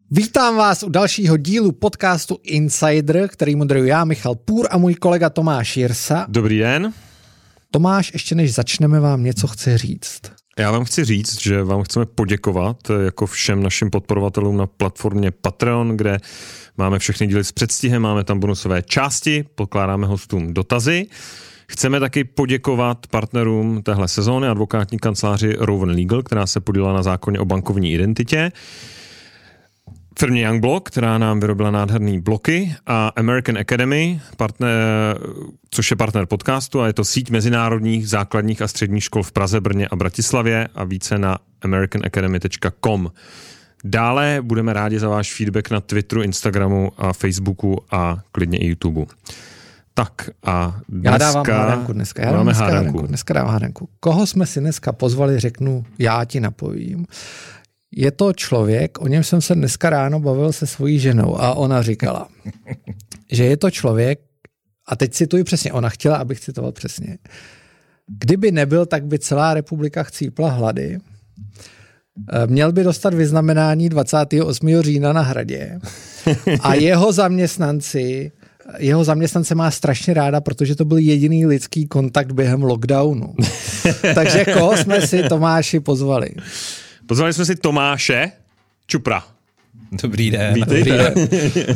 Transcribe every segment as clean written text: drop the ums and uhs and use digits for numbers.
Vítám vás u dalšího dílu podcastu Insider, který moderuji já, Michal Půr, a můj kolega Tomáš Jirsa. Dobrý den. Tomáš, ještě než začneme, vám něco chci říct. Já vám chci říct, že vám chceme poděkovat jako všem našim podporovatelům na platformě Patreon, kde máme všechny díly s předstihem, máme tam bonusové části, pokládáme hostům dotazy. Chceme taky poděkovat partnerům téhle sezóny, advokátní kanceláři Rowan Legal, která se podílela na zákoně o bankovní identitě, firmě Youngblock, která nám vyrobila nádherný bloky, a American Academy, což je partner podcastu, a je to síť mezinárodních základních a středních škol v Praze, Brně a Bratislavě, a více na americanacademy.com. Dále budeme rádi za váš feedback na Twitteru, Instagramu a Facebooku a klidně i YouTubeu. Tak a dneska... Já dávám hádanku dneska. Dneska dávám hádanku. Koho jsme si dneska pozvali, řeknu, já ti napovím. Je to člověk, o něm jsem se dneska ráno bavil se svojí ženou a ona říkala, že je to člověk, a teď cituji přesně, ona chtěla, abych citoval přesně. Kdyby nebyl, tak by celá republika chcípla hlady. Měl by dostat vyznamenání 28. října na Hradě a jeho zaměstnance má strašně ráda, protože to byl jediný lidský kontakt během lockdownu. Takže koho jsme si, Tomáši, pozvali? Pozvali jsme si Tomáše Čupra. Dobrý den. Vítejte. Dobrý den.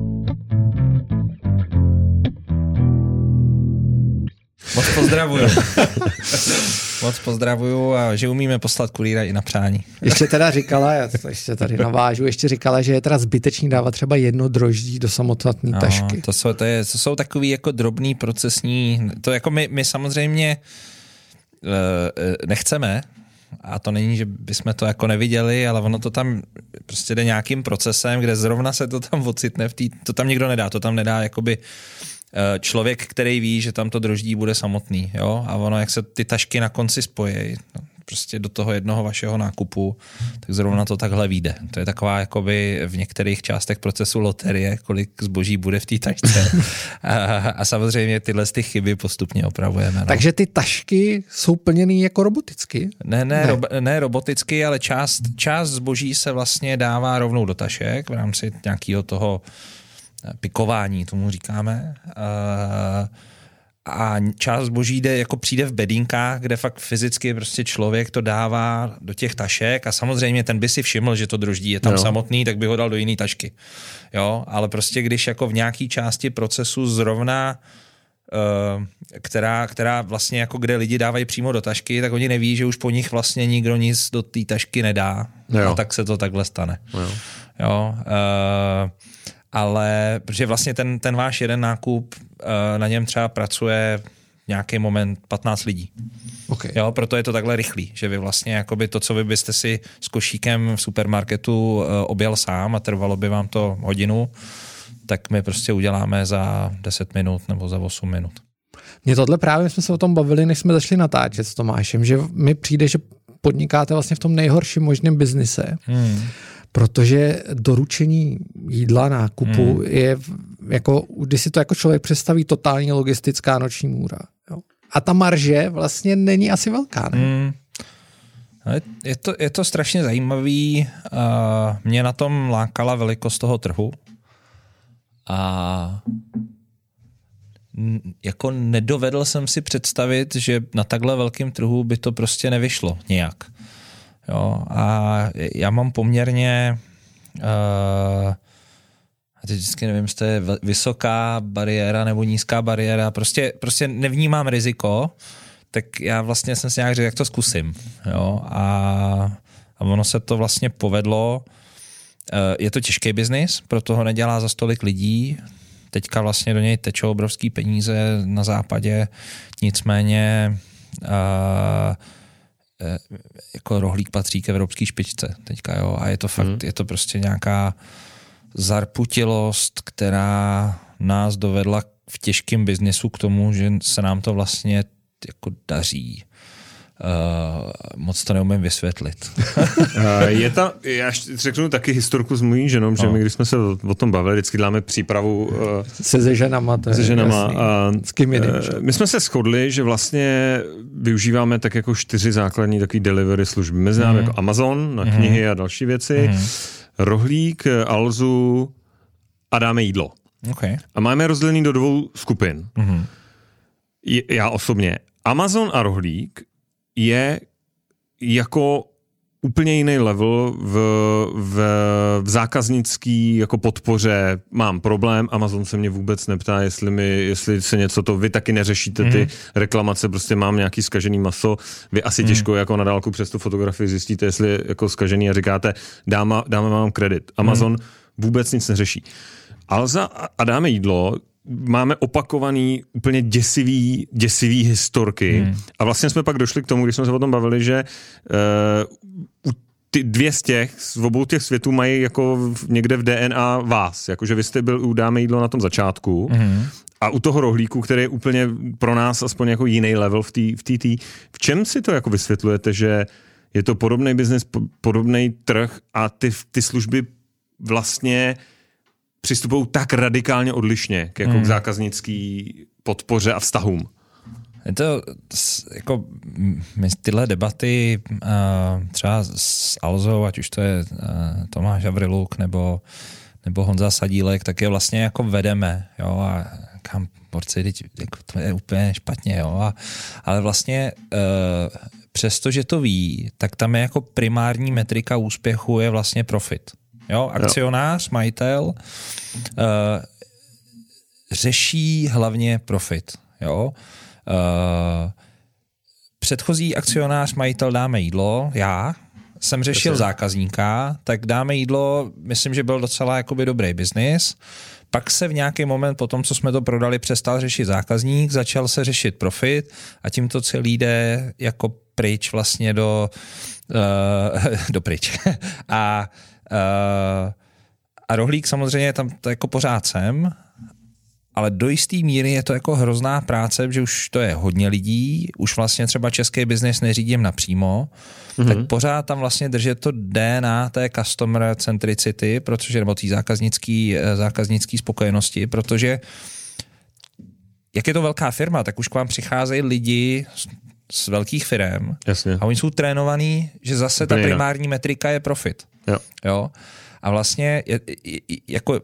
Moc pozdravuju a že umíme poslat kurýra i na přání. Ještě teda říkala, já to ještě tady navážu, že je teda zbytečný dávat třeba jedno droždí do samostatné tašky. To jsou takový jako drobný procesní, to jako my samozřejmě nechceme, a to není, že bychom to jako neviděli, ale ono to tam prostě jde nějakým procesem, kde zrovna se to tam ocitne, to tam nikdo nedá, to tam nedá jakoby člověk, který ví, že tam to droždí bude samotný, jo, a ono, jak se ty tašky na konci spojí, prostě do toho jednoho vašeho nákupu, tak zrovna to takhle vyjde. To je taková jakoby v některých částech procesu loterie, kolik zboží bude v té tašce. A samozřejmě tyhle ty chyby postupně opravujeme. No. Takže ty tašky jsou plněný jako roboticky? Ne roboticky, ale část zboží se vlastně dává rovnou do tašek v rámci nějakého toho pikování, tomu říkáme. A část zboží přijde v bedínkách, kde fakt fyzicky prostě člověk to dává do těch tašek, a samozřejmě ten by si všiml, že to droždí je tam samotný, tak by ho dal do jiné tašky. Jo, ale prostě když jako v nějaký části procesu zrovna která vlastně jako kde lidi dávají přímo do tašky, tak oni neví, že už po nich vlastně nikdo nic do té tašky nedá. A tak se to takhle stane. Jo, ale protože vlastně ten váš jeden nákup, na něm třeba pracuje nějaký moment 15 lidí. Okay. Jo, proto je to takhle rychlý, že vy vlastně jakoby to, co vy byste si s košíkem v supermarketu objel sám a trvalo by vám to hodinu, tak my prostě uděláme za 10 minut nebo za 8 minut. Mně tohle právě jsme se o tom bavili, než jsme začali natáčet s Tomášem, že mi přijde, že podnikáte vlastně v tom nejhorším možném biznise. Protože doručení jídla, nákupu je jako, když si to jako člověk představí, totálně logistická noční můra. Jo. A ta marže vlastně není asi velká, ne? Je to strašně zajímavý. Mě na tom lákala velikost toho trhu. A jako nedovedl jsem si představit, že na takhle velkém trhu by to prostě nevyšlo nějak. Jo, a já mám poměrně, teď vždycky nevím, jestli to je vysoká bariéra nebo nízká bariéra, prostě nevnímám riziko, tak já vlastně jsem si nějak řekl, jak to zkusím. Jo, a ono se to vlastně povedlo. Je to těžký biznis, proto ho nedělá za tolik lidí. Teďka vlastně do něj tečou obrovský peníze na západě, nicméně jako rohlík patří k evropské špičce teďka, jo, a je to fakt, je to prostě nějaká zarputilost, která nás dovedla v těžkém biznesu k tomu, že se nám to vlastně jako daří. Moc to neumím vysvětlit. Já řeknu taky historku s mojí ženou, že my, když jsme se o tom bavili, vždycky děláme přípravu se ženama. S kým jiným. My jsme se shodli, že vlastně využíváme tak jako 4 základní takový delivery služby. Mezi námi jako Amazon na knihy a další věci. rohlík, Alzu a dáme jídlo. Okay. A máme rozdělený do 2 skupin. Mm-hmm. Já osobně. Amazon a rohlík je jako úplně jiný level v zákaznický jako podpoře. Mám problém, Amazon se mě vůbec neptá, jestli se něco to, vy taky neřešíte ty reklamace, prostě mám nějaký zkažený maso, vy asi těžko jako na dálku přes tu fotografii zjistíte, jestli je jako zkažený a říkáte, dáme vám kredit. Amazon vůbec nic neřeší. Alza a dáme jídlo, máme opakovaný úplně děsivý historky a vlastně jsme pak došli k tomu, když jsme se o tom bavili, že ty 2 z obou těch světů mají jako někde v DNA vás, jakože vy jste byl u dáme jídlo na tom začátku a u toho rohlíku, který je úplně pro nás aspoň jako jiný level v čem si to jako vysvětlujete, že je to podobný biznes, podobný trh a ty služby vlastně přistupují tak radikálně odlišně k zákaznický podpoře a vztahům? Je to jako tyhle debaty třeba s Alzou, ať už to je Tomáš Avriluk nebo Honza Sadílek, tak je vlastně jako vedeme, jo, a kam porci, jako to je úplně špatně, jo, ale vlastně přesto, že to ví, tak tam je jako primární metrika úspěchu je vlastně profit. Jo, akcionář, majitel řeší hlavně profit. Jo. Předchozí akcionář, majitel dáme jídlo, já jsem řešil zákazníka, tak dáme jídlo, myslím, že byl docela jakoby dobrý biznis. Pak se v nějaký moment po tom, co jsme to prodali, přestal řešit zákazník, začal se řešit profit a tím to celý jde jako pryč vlastně do pryč. A rohlík samozřejmě tam to jako pořád jsem, ale do jistý míry je to jako hrozná práce, že už to je hodně lidí, už vlastně třeba český biznes neřídím napřímo, tak pořád tam vlastně držet to DNA té customer centricity, protože, nebo té zákaznický spokojenosti, protože jak je to velká firma, tak už k vám přicházejí lidi z velkých firem. Jasně. A oni jsou trénovaní, že zase ta primární metrika je profit. Jo? A vlastně jako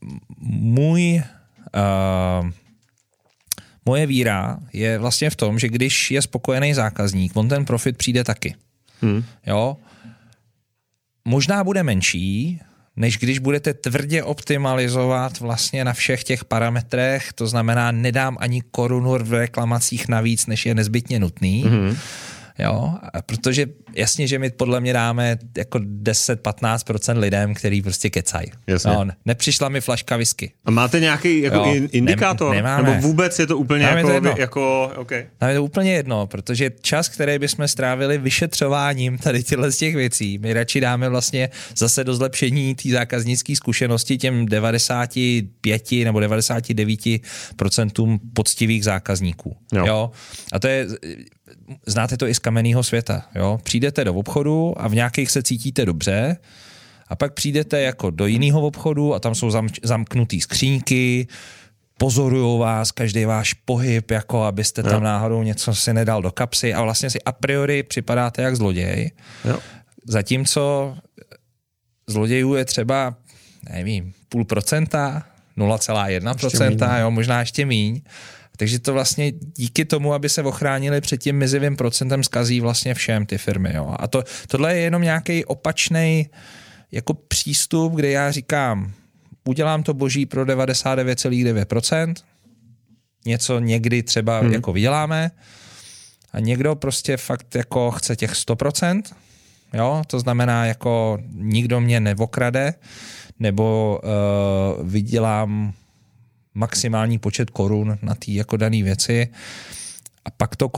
moje víra je vlastně v tom, že když je spokojený zákazník, on ten profit přijde taky. Jo? Možná bude menší, než když budete tvrdě optimalizovat vlastně na všech těch parametrech, to znamená, nedám ani korunu v reklamacích navíc, než je nezbytně nutný. Jo, protože jasně, že my podle mě dáme jako 10-15% lidem, který prostě kecají. No, nepřišla mi flaška whisky. A máte nějaký jako indikátor? Nemáme. Nebo vůbec je to úplně jako okay. Nám je to úplně jedno, protože čas, který bychom strávili vyšetřováním tady z těch věcí, my radši dáme vlastně zase do zlepšení té zákaznické zkušenosti těm 95 nebo 99% poctivých zákazníků. Jo? A to je... Znáte to i z kamenného světa. Jo? Přijdete do obchodu a v nějakých se cítíte dobře a pak přijdete jako do jiného obchodu a tam jsou zamknutý skřínky, pozorujou vás, každý váš pohyb, jako abyste tam náhodou něco si nedal do kapsy a vlastně si a priori připadáte jak zloděj. Zatímco zlodějů je třeba, nevím, 0,5%, 0,1%, jo, možná ještě míň. Takže to vlastně díky tomu, aby se ochránili před tím mizivým procentem, zkazí vlastně všem ty firmy. Jo. A tohle je jenom nějaký opačnej jako přístup, kde já říkám, udělám to boží pro 99,9%, něco někdy třeba jako vyděláme a někdo prostě fakt jako chce těch 100%, jo, to znamená jako nikdo mě neokrade, nebo vydělám maximální počet korun na té jako dané věci a pak to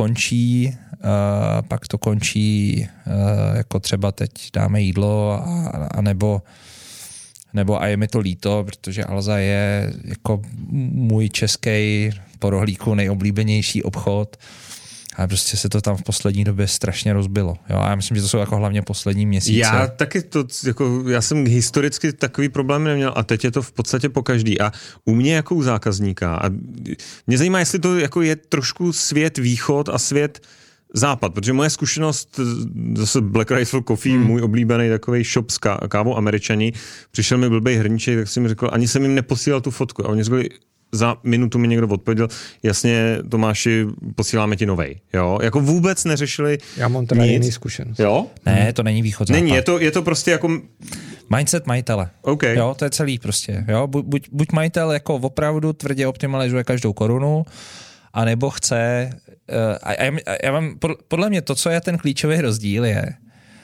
končí jako třeba teď dáme jídlo a nebo a je mi to líto, protože Alza je jako můj český po rohlíku nejoblíbenější obchod a prostě se to tam v poslední době strašně rozbilo. Jo? A já myslím, že to jsou jako hlavně poslední měsíce. Já taky já jsem historicky takový problém neměl a teď je to v podstatě pokaždý. A u mě jako u zákazníka. A mě zajímá, jestli to jako je trošku svět východ a svět Západ, protože moje zkušenost, zase Black Rifle Coffee, můj oblíbený takovej shop s kávou Američani, přišel mi blbej hrníček, tak jsem mi řekl, ani jsem jim neposílal tu fotku. A oni řekli, za minutu mi někdo odpověděl, jasně, Tomáši, posíláme ti novej. Jo? Jako vůbec neřešili. Já mám teda jiný zkušenost. Jo? Ne, to není východ západ. Není, je to prostě jako... Mindset majitele. Okay. Jo, to je celý prostě. Jo? Buď majitel jako opravdu tvrdě optimalizuje každou korunu, anebo chce... já mám, podle mě to, co je ten klíčový rozdíl, je...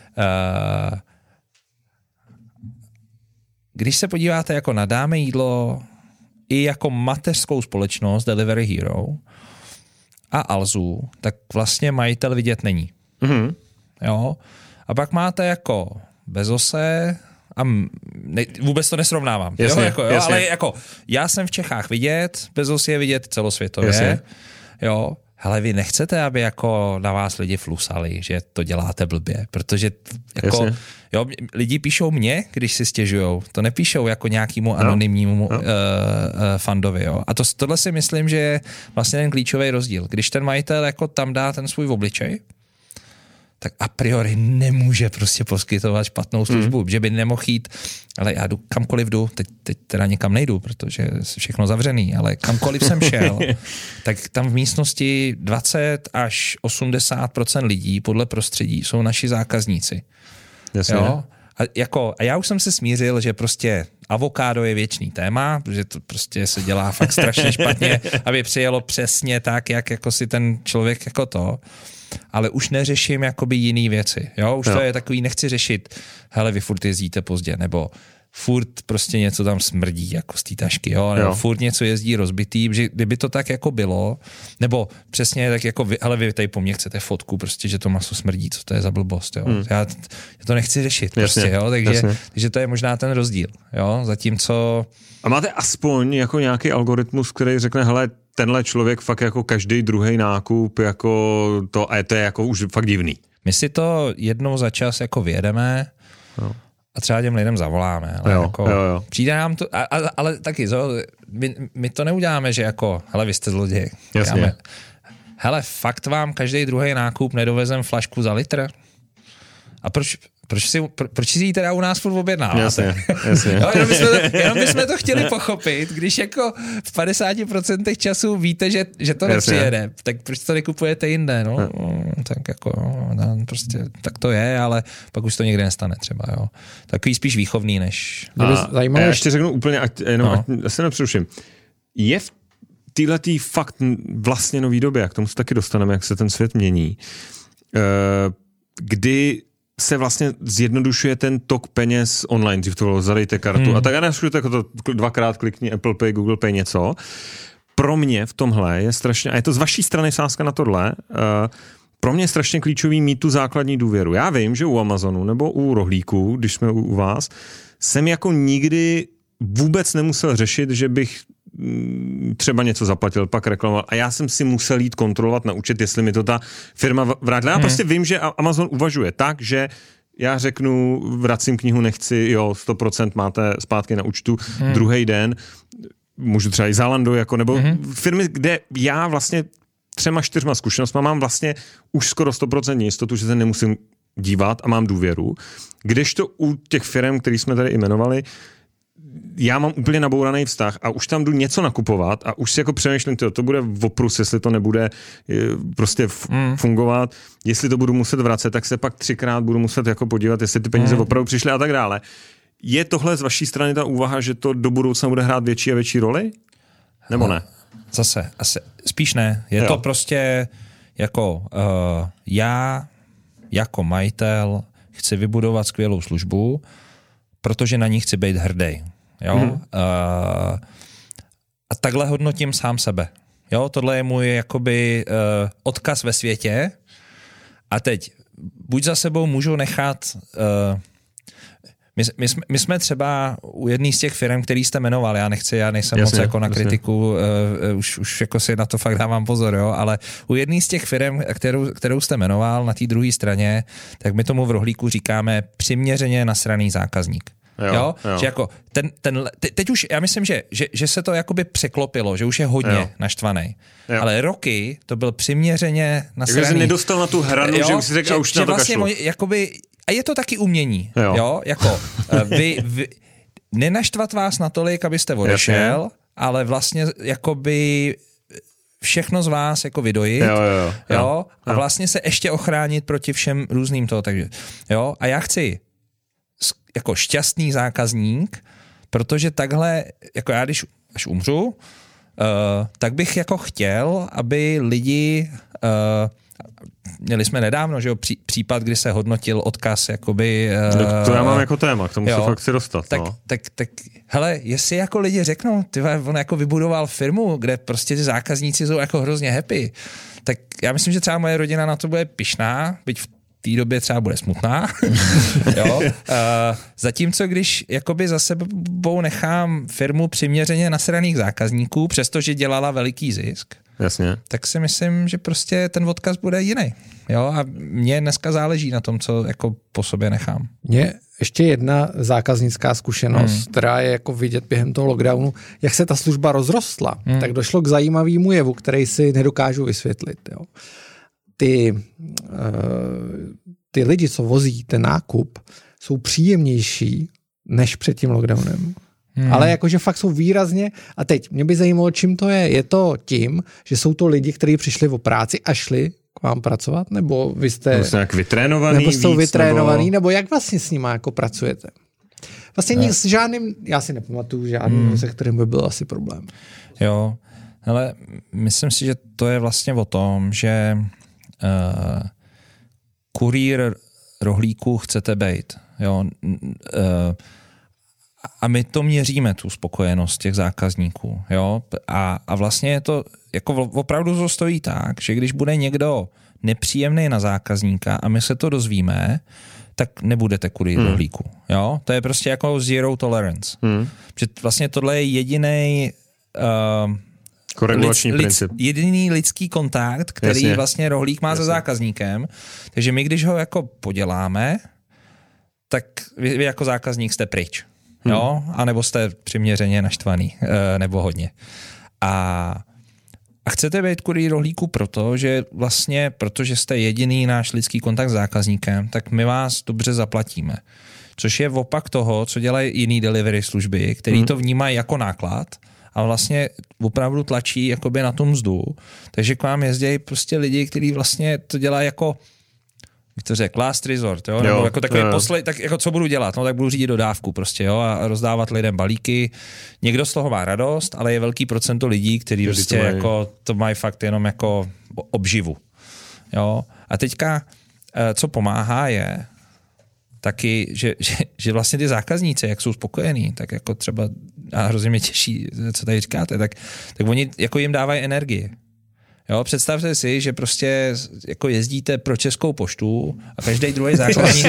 když se podíváte jako na Dáme jídlo, i jako mateřskou společnost Delivery Hero a Alzu, tak vlastně majitel vidět není. Mm-hmm. Jo? A pak máte jako Bezose a vůbec to nesrovnávám. Jasně, jo? jasně. Ale jako já jsem v Čechách vidět, Bezos je vidět celosvětově. Jasně. Jo? Hele, vy nechcete, aby jako na vás lidi flusali, že to děláte blbě, protože jako, jo, lidi píšou mě, když si stěžujou, to nepíšou jako nějakému anonymnímu fandovi, jo. A tohle si myslím, že je vlastně ten klíčový rozdíl. Když ten majitel jako tam dá ten svůj obličej, tak a priori nemůže prostě poskytovat špatnou službu, že by nemohl jít, ale já jdu kamkoliv jdu, teď teda někam nejdu, protože je všechno zavřený, ale kamkoliv jsem šel, tak tam v místnosti 20 až 80% lidí podle prostředí jsou naši zákazníci. Jasně. Jo? A já už jsem se smířil, že prostě avokádo je věčný téma, protože to prostě se dělá fakt strašně špatně, aby přijelo přesně tak, jak jako si ten člověk jako to. Ale už neřeším jakoby jiný věci. Jo? Už to je takový, nechci řešit, hele, vy furt jezdíte pozdě, nebo furt prostě něco tam smrdí jako z té tašky, jo? Nebo furt něco jezdí rozbitý, že kdyby to tak jako bylo, nebo přesně tak jako vy tady po mně chcete fotku, prostě, že to maso smrdí, co to je za blbost, jo? Já to nechci řešit, prostě, jo? Takže to je možná ten rozdíl, jo? Zatímco... A máte aspoň jako nějaký algoritmus, který řekne, hele, tenhle člověk fakt jako každý druhý nákup, jako to, a to je jako už fakt divný. My si to jednou za čas jako vyjedeme a třeba těm lidem zavoláme. Ale jako přijde nám to, ale taky, my to neuděláme, že jako, hele, vy jste zloděj. Jasně. Hele, fakt vám každý druhý nákup nedovezem flašku za litr? A proč si ji teda u nás furt objednáváte? Jasně. Jo, jenom bychom to chtěli pochopit, když jako v 50% času víte, že to nepřijede, tak proč to nekupujete jinde? No, tak jako, prostě, tak to je, ale pak už to nikdy nestane třeba, jo. Takový spíš výchovný, než... Já ještě řeknu úplně, ať se nepřeruším. Je v téhletý fakt vlastně nový době, jak tomu se taky dostaneme, jak se ten svět mění, kdy se vlastně zjednodušuje ten tok peněz online, dřív to bylo, zadejte kartu a tak a nešujte jako to dvakrát klikni Apple Pay, Google Pay, něco. Pro mě v tomhle je strašně, a je to z vaší strany sázka na tohle, pro mě je strašně klíčový mít tu základní důvěru. Já vím, že u Amazonu nebo u rohlíku, když jsme u vás, jsem jako nikdy vůbec nemusel řešit, že bych třeba něco zaplatil, pak reklamoval a já jsem si musel jít kontrolovat na účet, jestli mi to ta firma vrátila. Já prostě vím, že Amazon uvažuje tak, že já řeknu, vracím knihu, nechci, 100% máte zpátky na účtu, druhý den, můžu třeba i Zalando, jako, nebo firmy, kde já vlastně 3-4 zkušenostmi mám vlastně už skoro 100% jistotu, že se nemusím dívat a mám důvěru. Kdežto u těch firm, který jsme tady jmenovali, já mám úplně nabouraný vztah a už tam jdu něco nakupovat a už si jako přemýšlím, to bude oprus, jestli to nebude prostě fungovat, jestli to budu muset vracet, tak se pak 3krát budu muset jako podívat, jestli ty peníze opravdu přišly a tak dále. Je tohle z vaší strany ta úvaha, že to do budoucna bude hrát větší a větší roli? Nebo ne? Zase, asi spíš ne. Je to prostě jako já jako majitel chci vybudovat skvělou službu, protože na ní chci být hrdý. Jo? A takhle hodnotím sám sebe. Jo? Tohle je můj jakoby odkaz ve světě a teď buď za sebou můžu nechat my jsme třeba u jedné z těch firm, který jste jmenoval, já nejsem moc jako na kritiku, už jako si na to fakt dávám pozor, jo, ale u jedné z těch firm, kterou jste jmenoval na té druhé straně, tak my tomu v rohlíku říkáme přiměřeně nasraný zákazník. Jo? Že jako teď už, já myslím, že se to jakoby překlopilo, že už je hodně naštvaný. Ale roky to byl přiměřeně nasraný. Takže jsi nedostal na tu hranu, že už si řekl, a už na to vlastně kašlu. Jakoby, a je to taky umění. Jo? Jako, vy nenaštvat vás natolik, abyste odešel, ale vlastně jakoby všechno z vás jako vydojit, jo? A vlastně se ještě ochránit proti všem různým toho, takže, jo, a já chci jako šťastný zákazník, protože takhle, jako já až umřu, tak bych jako chtěl, aby lidi, měli jsme nedávno, že jo, případ, kdy se hodnotil odkaz, jakoby... To já mám jako téma, k tomu se fakt chci dostat. Tak hele, jestli jako lidi řeknou, on jako vybudoval firmu, kde prostě ty zákazníci jsou jako hrozně happy, tak já myslím, že třeba moje rodina na to bude pyšná, byť v té době třeba bude smutná. Jo? Zatímco když jakoby za sebou nechám firmu přiměřeně nasraných zákazníků, přestože dělala veliký zisk, jasně, tak si myslím, že prostě ten odkaz bude jiný. Jo? A mně dneska záleží na tom, co jako po sobě nechám. Mně ještě jedna zákaznická zkušenost, která je jako vidět během toho lockdownu, jak se ta služba rozrostla, tak došlo k zajímavému jevu, který si nedokážu vysvětlit. Jo. Ty lidi, co vozí ten nákup, jsou příjemnější než před tím lockdownem. Ale jakože fakt jsou výrazně, a teď mě by zajímalo, čím to je. Je to tím, že jsou to lidi, kteří přišli o práci a šli k vám pracovat, nebo vy jste... nějak vytrénovaný nebo jsou vytrénovaný, nebo jak vlastně s nima jako pracujete? Vlastně s žádným, já si nepamatuju žádným, se kterým by byl asi problém. Jo, ale myslím si, že to je vlastně o tom, že kurýr rohlíků chcete bejt. Jo? A my to měříme, tu spokojenost těch zákazníků. Jo? A vlastně je to, jako opravdu to stojí tak, že když bude někdo nepříjemný na zákazníka a my se to dozvíme, tak nebudete kurýr rohlíků. Jo? To je prostě jako zero tolerance. Protože vlastně tohle je jedinej princip. Jediný lidský kontakt, který vlastně rohlík má se zákazníkem. Takže my, když ho jako poděláme, tak vy jako zákazník jste pryč. Jo? A nebo jste přiměřeně naštvaný, nebo hodně. A chcete být kurýr rohlíku protože jste jediný náš lidský kontakt s zákazníkem, tak my vás dobře zaplatíme. Což je opak toho, co dělají jiný delivery služby, který to vnímají jako náklad a vlastně opravdu tlačí jakoby na tu mzdu. Takže k vám jezdí prostě lidi, kteří vlastně to dělají jako, bych to řekl, last resort, jo? Nebo jako takový tak jako co budu dělat? No tak budu řídit dodávku prostě, jo, a rozdávat lidem balíky. Někdo z toho má radost, ale je velký procento lidí, kteří prostě jako to mají fakt jenom jako obživu. Jo? A teďka, co pomáhá je taky, že vlastně ty zákazníci, jak jsou spokojení, tak jako třeba, a hrozně mě těší, co tady říkáte, tak oni jako jim dávají energii. Jo, představte si, že prostě jako jezdíte pro Českou poštu a každý druhý zákazník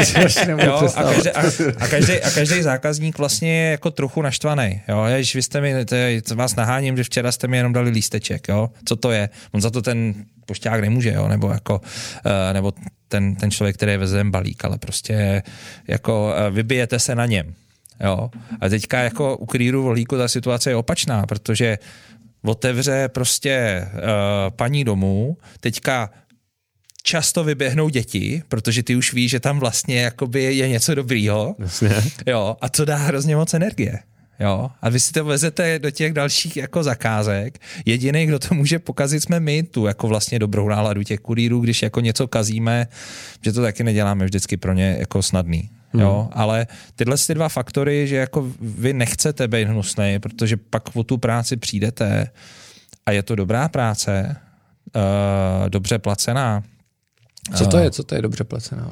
a každý zákazník vlastně je jako trochu naštvaný. Jo, jež vy jste mi, vás naháním, že včera jste mi jenom dali lísteček, jo. Co to je? On za to ten pošťák nemůže, jo, nebo jako nebo ten člověk, který veze balík, ale prostě jako vybijete se na něm. Jo. A teďka jako u kurýru rohlíku ta situace je opačná, protože otevře prostě paní domů, teďka často vyběhnou děti, protože ty už ví, že tam vlastně jakoby je něco dobrýho. Jo, a to dá hrozně moc energie. Jo, a vy si to vezete do těch dalších jako zakázek. Jediný, kdo to může pokazit, jsme my, tu jako vlastně dobrou náladu těch kurýrů, když jako něco kazíme, že to taky neděláme vždycky pro ně jako snadný. Jo, ale tyhle ty dva faktory, že jako vy nechcete být hnusnej, protože pak o tu práci přijdete a je to dobrá práce, dobře placená. Co to je? Co to je dobře placená?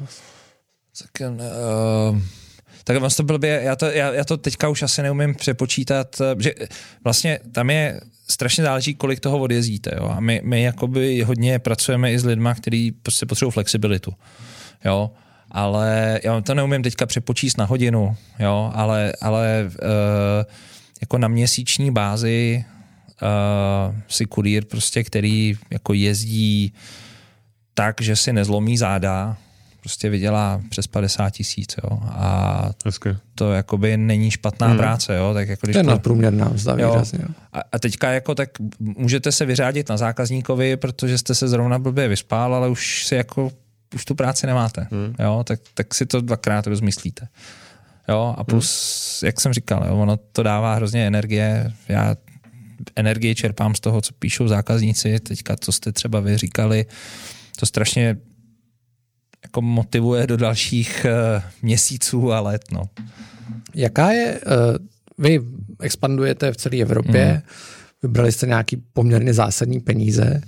Tak vlastně to blbě, já to teďka už asi neumím přepočítat, že vlastně tam je strašně záleží, kolik toho odjezdíte. Jo? A my jakoby hodně pracujeme i s lidma, kteří prostě potřebují flexibilitu. Jo? Ale já to neumím teďka přepočíst na hodinu, jo? ale jako na měsíční bázi si kurýr prostě, který jako jezdí tak, že si nezlomí záda, prostě vydělá přes 50 000, jo. A hezky. To jakoby není špatná práce, jo. Tak jako, když to je nadprůměrná mzda výrazně. A teďka jako tak můžete se vyřádit na zákazníkovi, protože jste se zrovna blbě vyspál, ale už si jako už tu práci nemáte, jo. Tak si to dvakrát rozmyslíte. Jo, a plus, jak jsem říkal, jo, ono to dává hrozně energie. Já energii čerpám z toho, co píšou zákazníci, teďka, co jste třeba vy říkali, to strašně jako motivuje do dalších měsíců a let, no. Jaká je, vy expandujete v celé Evropě, vybrali jste nějaký poměrně zásadní peníze.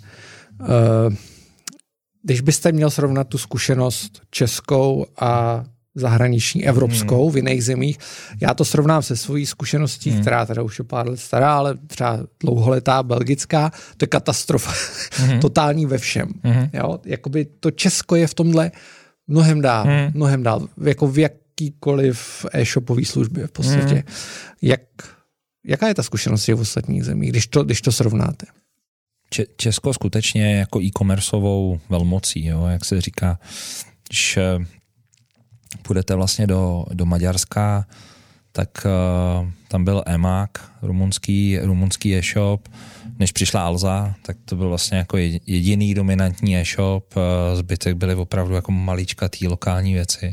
Když byste měl srovnat tu zkušenost českou a zahraniční, evropskou v jiných zemích. Já to srovnám se svojí zkušeností, která teda už je pár let stará, ale třeba dlouholetá belgická, to je katastrofa. Totální ve všem. Jo? Jakoby to Česko je v tomhle mnohem dál. Jako v jakýkoliv e-shopové službě v podstatě. Jaká je ta zkušenost v ostatních zemích, když to srovnáte? Česko skutečně jako e-commerceovou velmocí, jo? Jak se říká, když půjdete vlastně do Maďarska, tak tam byl eMAG, rumunský e-shop. Než přišla Alza, tak to byl vlastně jako jediný dominantní e-shop. Zbytek byly opravdu jako maličkatý lokální věci.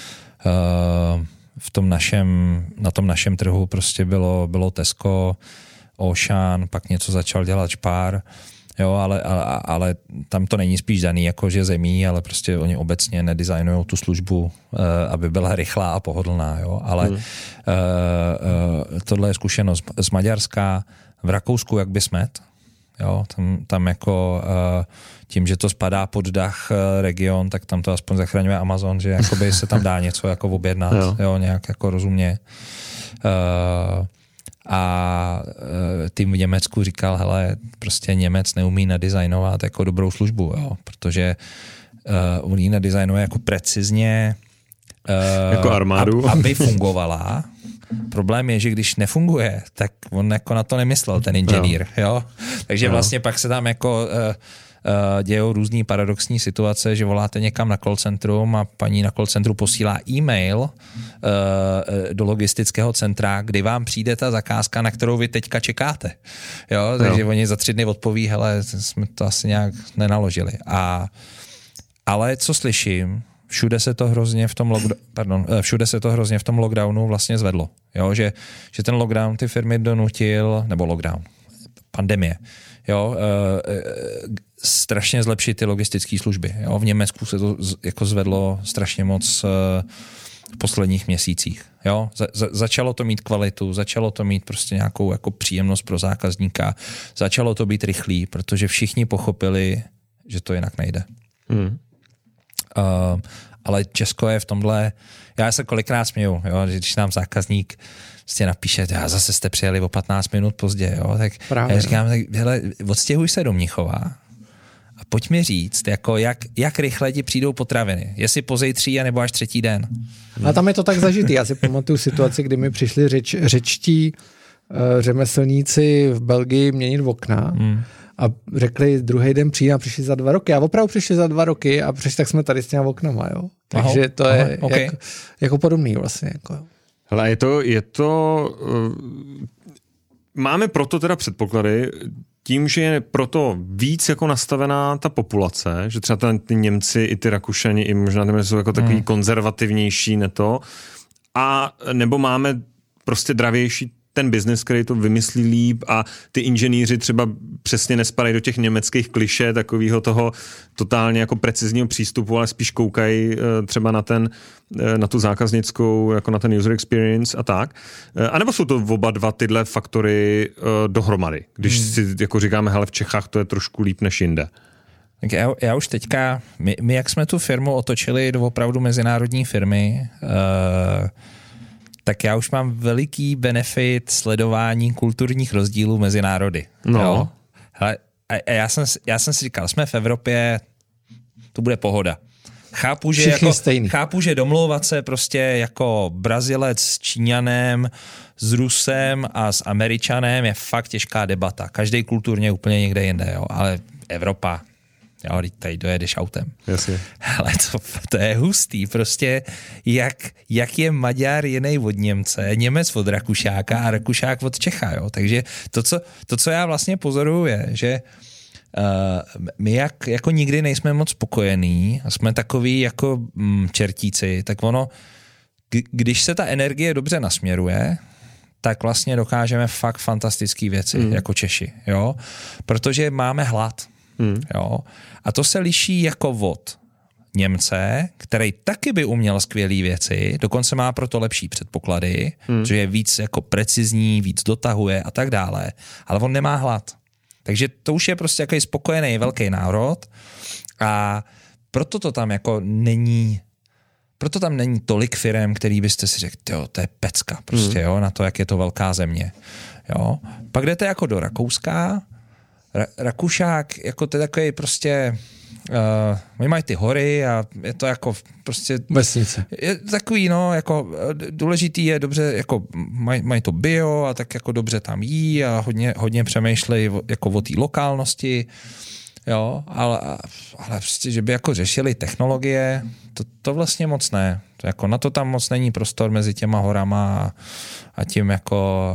Na tom našem trhu prostě bylo Tesco, Auchan, pak něco začal dělat Spar. Jo, ale tam to není spíš daný jakože zemí, ale prostě oni obecně nedizajnujou tu službu, aby byla rychlá a pohodlná, jo, ale tohle je zkušenost z Maďarska, v Rakousku jak by smet, jo, tam jako tím, že to spadá pod dach region, tak tam to aspoň zachraňuje Amazon, že jakoby se tam dá něco jako objednat, jo, nějak jako rozumně. A tým v Německu říkal, hele, prostě Němec neumí nadizajnovat jako dobrou službu, jo, protože on ji nadizajnuje jako precizně, jako armádu, aby fungovala. Problém je, že když nefunguje, tak on jako na to nemyslel, ten inženýr, jo. Takže vlastně pak se tam jako dějou různý paradoxní situace, že voláte někam na call centrum a paní na call centru posílá e-mail do logistického centra, kdy vám přijde ta zakázka, na kterou vy teďka čekáte. Jo? Takže oni za 3 dny odpoví, hele, jsme to asi nějak nenaložili. Ale co slyším, všude se to hrozně v tom lockdownu vlastně zvedlo. Jo? Že ten lockdown ty firmy donutil, nebo lockdown, pandemie, jo, strašně zlepšit ty logistické služby. Jo. V Německu se to jako zvedlo strašně moc v posledních měsících. Jo. Začalo to mít kvalitu, začalo to mít prostě nějakou jako příjemnost pro zákazníka, začalo to být rychlý, protože všichni pochopili, že to jinak nejde. Ale Česko je v tomhle, já se kolikrát směju, jo, že když nám zákazník prostě napíše, zase jste přijeli o 15 minut pozdě, jo, tak já říkám, tak hele, odstěhuj se do Mnichova a pojď mi říct, jako jak rychle ti přijdou potraviny, jestli pozejtří nebo až 3. den. A tam je to tak zažitý, já si pamatuju situaci, kdy mi přišli řečtí řemeslníci v Belgii měnit okna a řekli, druhý den přijde a přišli za 2 roky. A opravdu přišli za 2 roky a přišli, tak jsme tady s těma oknama, jo. Takže to je jako podobný vlastně, jako. Hele, je to máme proto teda předpoklady, tím, že je proto víc jako nastavená ta populace, že třeba ty Němci i ty Rakušani i možná jsou jako takový konzervativnější neto, a nebo máme prostě dravější ten biznes, který to vymyslí líp a ty inženýři třeba přesně nespadají do těch německých klišé, takového toho totálně jako precizního přístupu, ale spíš koukají třeba na tu zákaznickou, jako na ten user experience a tak. A nebo jsou to oba dva tyhle faktory dohromady, když si jako říkáme, hele, v Čechách to je trošku líp než jinde. Tak já už teďka, my jak jsme tu firmu otočili do opravdu mezinárodní firmy, tak já už mám veliký benefit sledování kulturních rozdílů mezi národy. No. Jo? Hele, a já jsem si říkal, jsme v Evropě, tu bude pohoda. Chápu, že domlouvat se prostě jako Brazilec s Číňanem, s Rusem a s Američanem je fakt těžká debata. Každý kulturně úplně někde jinde, jo? Ale Evropa, Jo, tady dojedeš autem. Jasně. Ale to je hustý, prostě jak je Maďar jiný od Němce, Němec od Rakušáka a Rakušák od Čecha, jo. Takže to, co já vlastně pozoruju, je, že my jako nikdy nejsme moc spokojení a jsme takový jako čertíci, tak ono, když se ta energie dobře nasměruje, tak vlastně dokážeme fakt fantastické věci jako Češi, jo, protože máme hlad, jo, a to se liší jako od Němce, který taky by uměl skvělé věci, dokonce má proto lepší předpoklady, že je víc jako precizní, víc dotahuje a tak dále, ale on nemá hlad. Takže to už je prostě jaký spokojený velký národ a proto to tam jako není, proto tam není tolik firem, který byste si řekli, jo, to je pecka prostě, jo, na to, jak je to velká země, jo. Pak jdete jako do Rakouska, Rakušák, jako to je takový prostě, oni mají ty hory a je to jako prostě... Vesnice. Je takový, no, jako důležitý je dobře, jako mají to bio a tak jako dobře tam jí a hodně přemýšlejí jako o té lokálnosti, jo, ale prostě, že by jako řešili technologie, to vlastně moc ne. To jako na to tam moc není prostor mezi těma horama a tím jako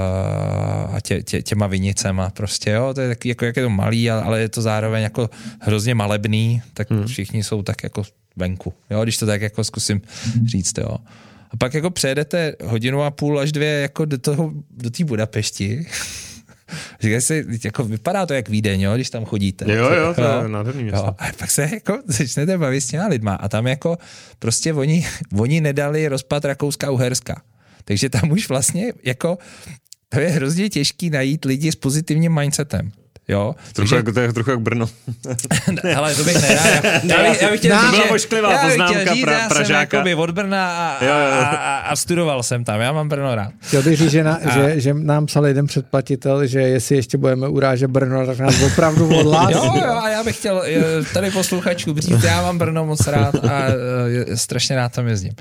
těma vinicema prostě, jo, to je taky jako, jak je to malý, ale je to zároveň jako hrozně malebný, tak všichni jsou tak jako venku, jo, když to tak jako zkusím říct, jo. A pak jako přejedete 1,5 hodiny až 2 jako do té Budapešti. Říkaj si, jako vypadá to jak Vídeň, jo, když tam chodíte. Jo, to je nádherný město. A pak se jako začnete bavit s těma lidma a tam jako prostě oni nedali rozpad Rakouska-Uherska. Takže tam už vlastně jako to je hrozně těžký najít lidi s pozitivním mindsetem. Jo, to je trochu jak Brno. Ale to bych nerád. Já bych chtěl říct, ošklivá poznámka Pražáka. Já jsem od Brna a studoval jsem tam. Já mám Brno rád. Chtěl bych říct, že nám psal jeden předplatitel, že jestli ještě budeme urážet Brno, tak nás opravdu odhlásí. Jo, a já bych chtěl tady posluchačů říct, já mám Brno moc rád a strašně rád tam jezdím.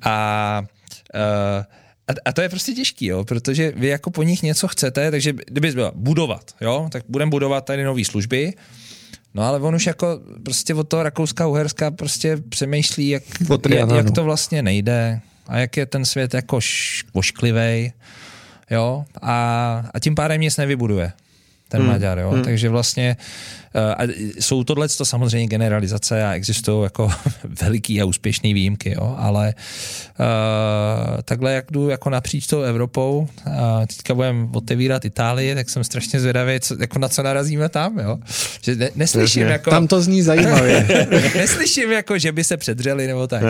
A to je prostě těžký, jo, protože vy jako po nich něco chcete, takže kdyby byla budovat, jo, tak budeme budovat tady nové služby, no ale on už jako prostě od toho Rakouska-Uherska prostě přemýšlí, jak to vlastně nejde a jak je ten svět jako ošklivej, jo, a tím pádem nic nevybuduje ten Maďar, jo, takže vlastně a jsou tohleto samozřejmě generalizace a existují jako veliký a úspěšný výjimky, jo, ale takhle jak jdu jako napříč tou Evropou a teďka budeme otevírat Itálii, tak jsem strašně zvědavý, jako na co narazíme tam, jo, že neslyším jako... Tam to zní zajímavě. Neslyším jako, že by se předřeli nebo tak.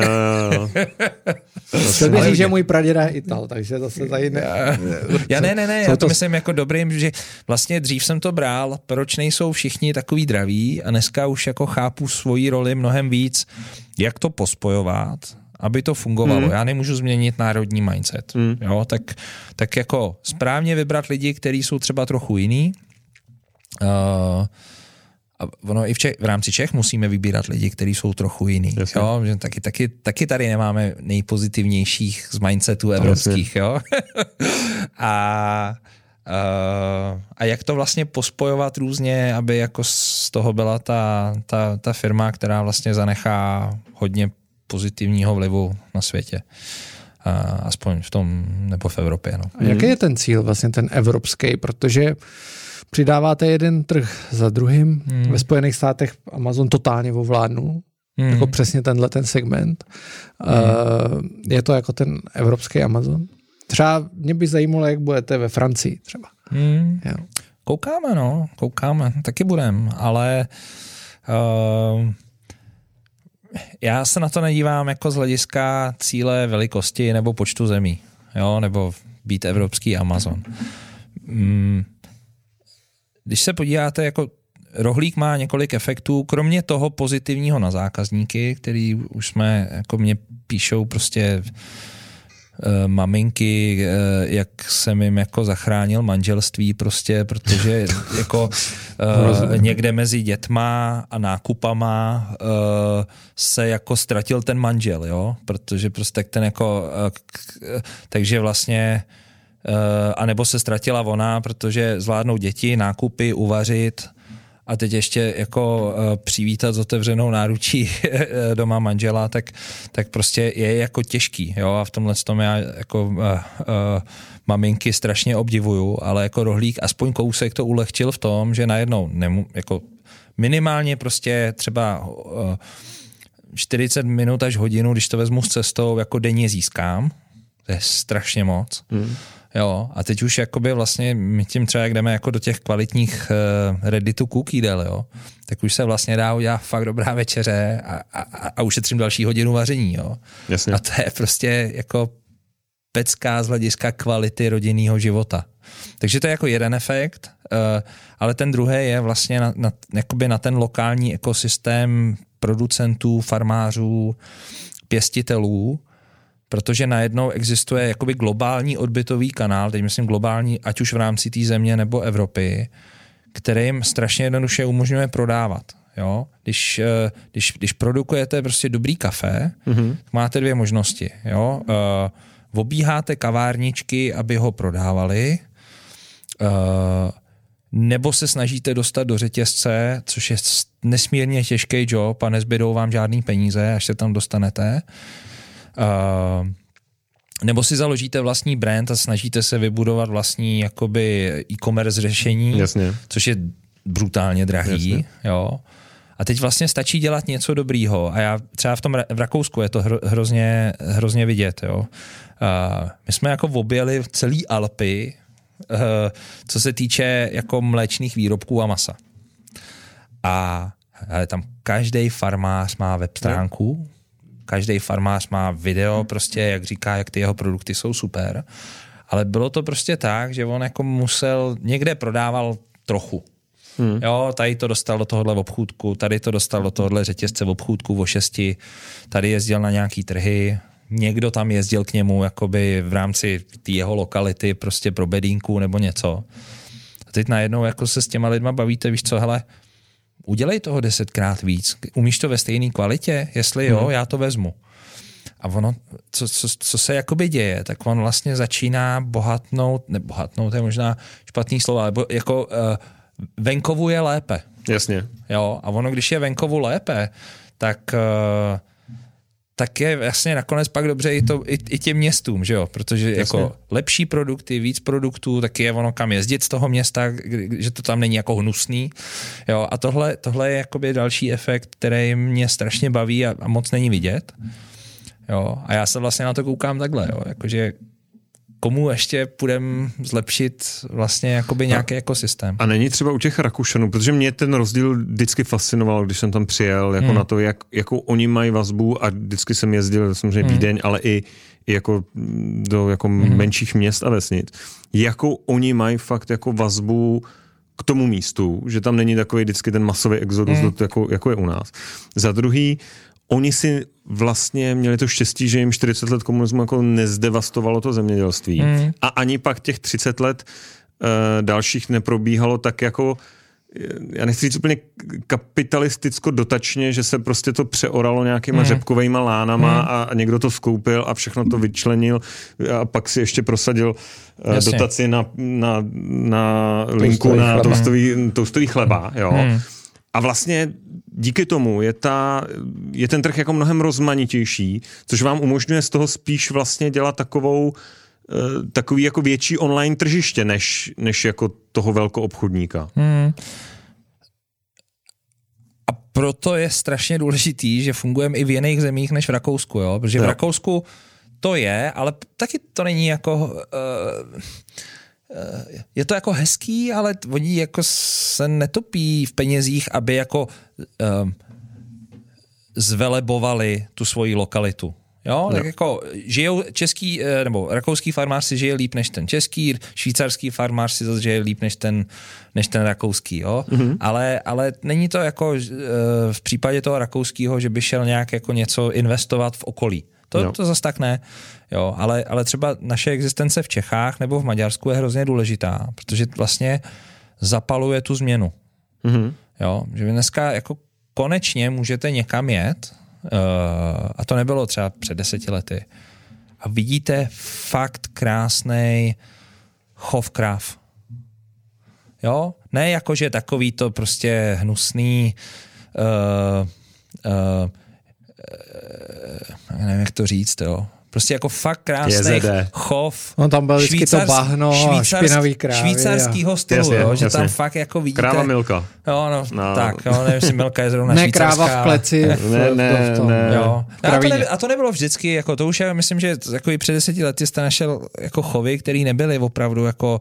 To bych říct, že můj praděda je Ital, takže to se tady ne, já to myslím jako dobrým, že vlastně dřív jsem to bral, proč nejsou všichni takový draví a dneska už jako chápu svoji roli mnohem víc, jak to pospojovat, aby to fungovalo. Já nemůžu změnit národní mindset. Jo, tak jako správně vybrat lidi, kteří jsou třeba trochu jiný. A ono i v rámci Čech musíme vybírat lidi, kteří jsou trochu jiný. Jo? Že taky tady nemáme nejpozitivnějších z mindsetů evropských. Jo? A jak to vlastně pospojovat různě, aby jako z toho byla ta firma, která vlastně zanechá hodně pozitivního vlivu na světě. Aspoň v tom, nebo v Evropě. No. A jaký je ten cíl vlastně ten evropský? Protože přidáváte jeden trh za druhým. Ve Spojených státech Amazon totálně ovládnul. Jako přesně ten segment. Je to jako ten evropský Amazon? Třeba mě by zajímalo, jak budete ve Francii třeba. Jo. Koukáme, taky budem, ale já se na to nedívám jako z hlediska cíle velikosti nebo počtu zemí, jo, nebo být evropský Amazon. Když se podíváte, jako rohlík má několik efektů, kromě toho pozitivního na zákazníky, který už jsme, jako mě píšou prostě maminky, jak jsem jim jako zachránil manželství prostě, protože jako někde mezi dětma a nákupama se jako ztratil ten manžel, jo, protože prostě ten jako takže vlastně a nebo se ztratila ona, protože zvládnou děti, nákupy, uvařit a teď ještě jako přivítat s otevřenou náručí doma manžela, tak prostě je jako těžký, jo, a v tomhle tom já jako maminky strašně obdivuju, ale jako rohlík aspoň kousek to ulehčil v tom, že najednou jako minimálně prostě třeba 40 minut až hodinu, když to vezmu s cestou, jako denně získám, to je strašně moc. Jo, a teď už jakoby vlastně my tím třeba, jak jdeme jako do těch kvalitních ready to cook jídel, jo, tak už se vlastně dá udělat fakt dobrá večeře a ušetřím další hodinu vaření, jo. Jasně. A to je prostě jako pecká z hlediska kvality rodinného života. Takže to je jako jeden efekt, ale ten druhý je vlastně na ten lokální ekosystém producentů, farmářů, pěstitelů, protože najednou existuje jakoby globální odbytový kanál, teď myslím globální, ať už v rámci té země nebo Evropy, který jim strašně jednoduše umožňuje prodávat. Jo? Když produkujete prostě dobrý kafe, máte dvě možnosti. Jo? Obíháte kavárničky, aby ho prodávali, nebo se snažíte dostat do řetězce, což je nesmírně těžký job a nezbydou vám žádný peníze, až se tam dostanete. Nebo si založíte vlastní brand a snažíte se vybudovat vlastní jakoby e-commerce řešení, Jasně. což je brutálně drahý. Jo. A teď vlastně stačí dělat něco dobrýho. A já třeba v Rakousku je to hrozně vidět. Jo. My jsme jako objeli celý Alpy, co se týče jako mléčných výrobků a masa. Ale tam každý farmář má web stránku, každý farmář má video, prostě jak říká, jak ty jeho produkty jsou super, ale bylo to prostě tak, že on jako musel, někde prodával trochu. Jo, tady to dostal do tohohle obchůdku, tady to dostal do tohohle řetězce obchůdku o 6, tady jezdil na nějaký trhy, někdo tam jezdil k němu jakoby v rámci té jeho lokality prostě pro bedínku nebo něco. A teď najednou jako se s těma lidma bavíte, víš co, hele, udělej toho 10krát víc. Umíš to ve stejné kvalitě? Jestli jo, já to vezmu. A ono, co se jakoby děje, tak on vlastně začíná bohatnout, nebohatnout je možná špatný slovo, ale jako venkovu je lépe. Jasně. Jo, a ono, když je venkovu lépe, tak je vlastně nakonec pak dobře i těm městům, že jo, protože jasně. Jako lepší produkty, víc produktů, taky je ono kam jezdit z toho města, že to tam není jako hnusný, jo, a tohle je jakoby další efekt, který mě strašně baví a moc není vidět, jo, a já se vlastně na to koukám takhle, jo, jakože komu ještě půjdem zlepšit vlastně jakoby nějaký ekosystém. A není třeba u těch Rakušanů, protože mě ten rozdíl vždycky fascinoval, když jsem tam přijel, jako na to, jakou oni mají vazbu a vždycky jsem jezdil samozřejmě Vídeň, ale i jako do jako menších měst a vesnic. Jakou oni mají fakt jako vazbu k tomu místu, že tam není takový vždycky ten masový exodus, jako je u nás. Za druhý, oni si vlastně měli to štěstí, že jim 40 let komunismu jako nezdevastovalo to zemědělství. A ani pak těch 30 let dalších neprobíhalo tak jako, já nechci říct úplně kapitalisticko-dotačně, že se prostě to přeoralo nějakýma řepkovejma lánama a někdo to skoupil a všechno to vyčlenil a pak si ještě prosadil dotaci na linku na toastový chleba. Jo. A vlastně díky tomu je ten trh jako mnohem rozmanitější, což vám umožňuje z toho spíš vlastně dělat takový jako větší online tržiště, než jako toho velkoobchodníka. A proto je strašně důležitý, že fungujeme i v jiných zemích než v Rakousku, jo? Protože v Rakousku to je, ale taky to není jako... je to jako hezký, ale oni jako se netopí v penězích, aby jako zvelebovali tu svoji lokalitu. Jo, tak jako žijou český nebo rakouský farmář si žije líp než ten český, švýcarský farmář si zase žije líp než ten rakouský, jo. Ale není to jako v případě toho rakouského, že by šel nějak jako něco investovat v okolí. To zase tak ne. Jo, ale třeba naše existence v Čechách nebo v Maďarsku je hrozně důležitá, protože vlastně zapaluje tu změnu. Jo, že vy dneska jako konečně můžete někam jet, a to nebylo třeba před 10 lety, a vidíte fakt krásnej chov krav. Jo? Ne jakože takový to prostě hnusný nevím, jak to říct, jo. Prostě jako fakt krásný chov. No tam byl vždycky to bahno a špinavý krávy. Švýcarskýho stylu, jo, že tam fakt jako vidíte. Kráva Milka. Jo, no. Tak, jo, nevím, jestli Milka je zrovna ne, švýcarská. Ne, kráva v kleci. Ne. Jo. A to nebylo vždycky, jako to už je, myslím, že jako i před 10 lety jste našel jako chovy, který nebyly opravdu jako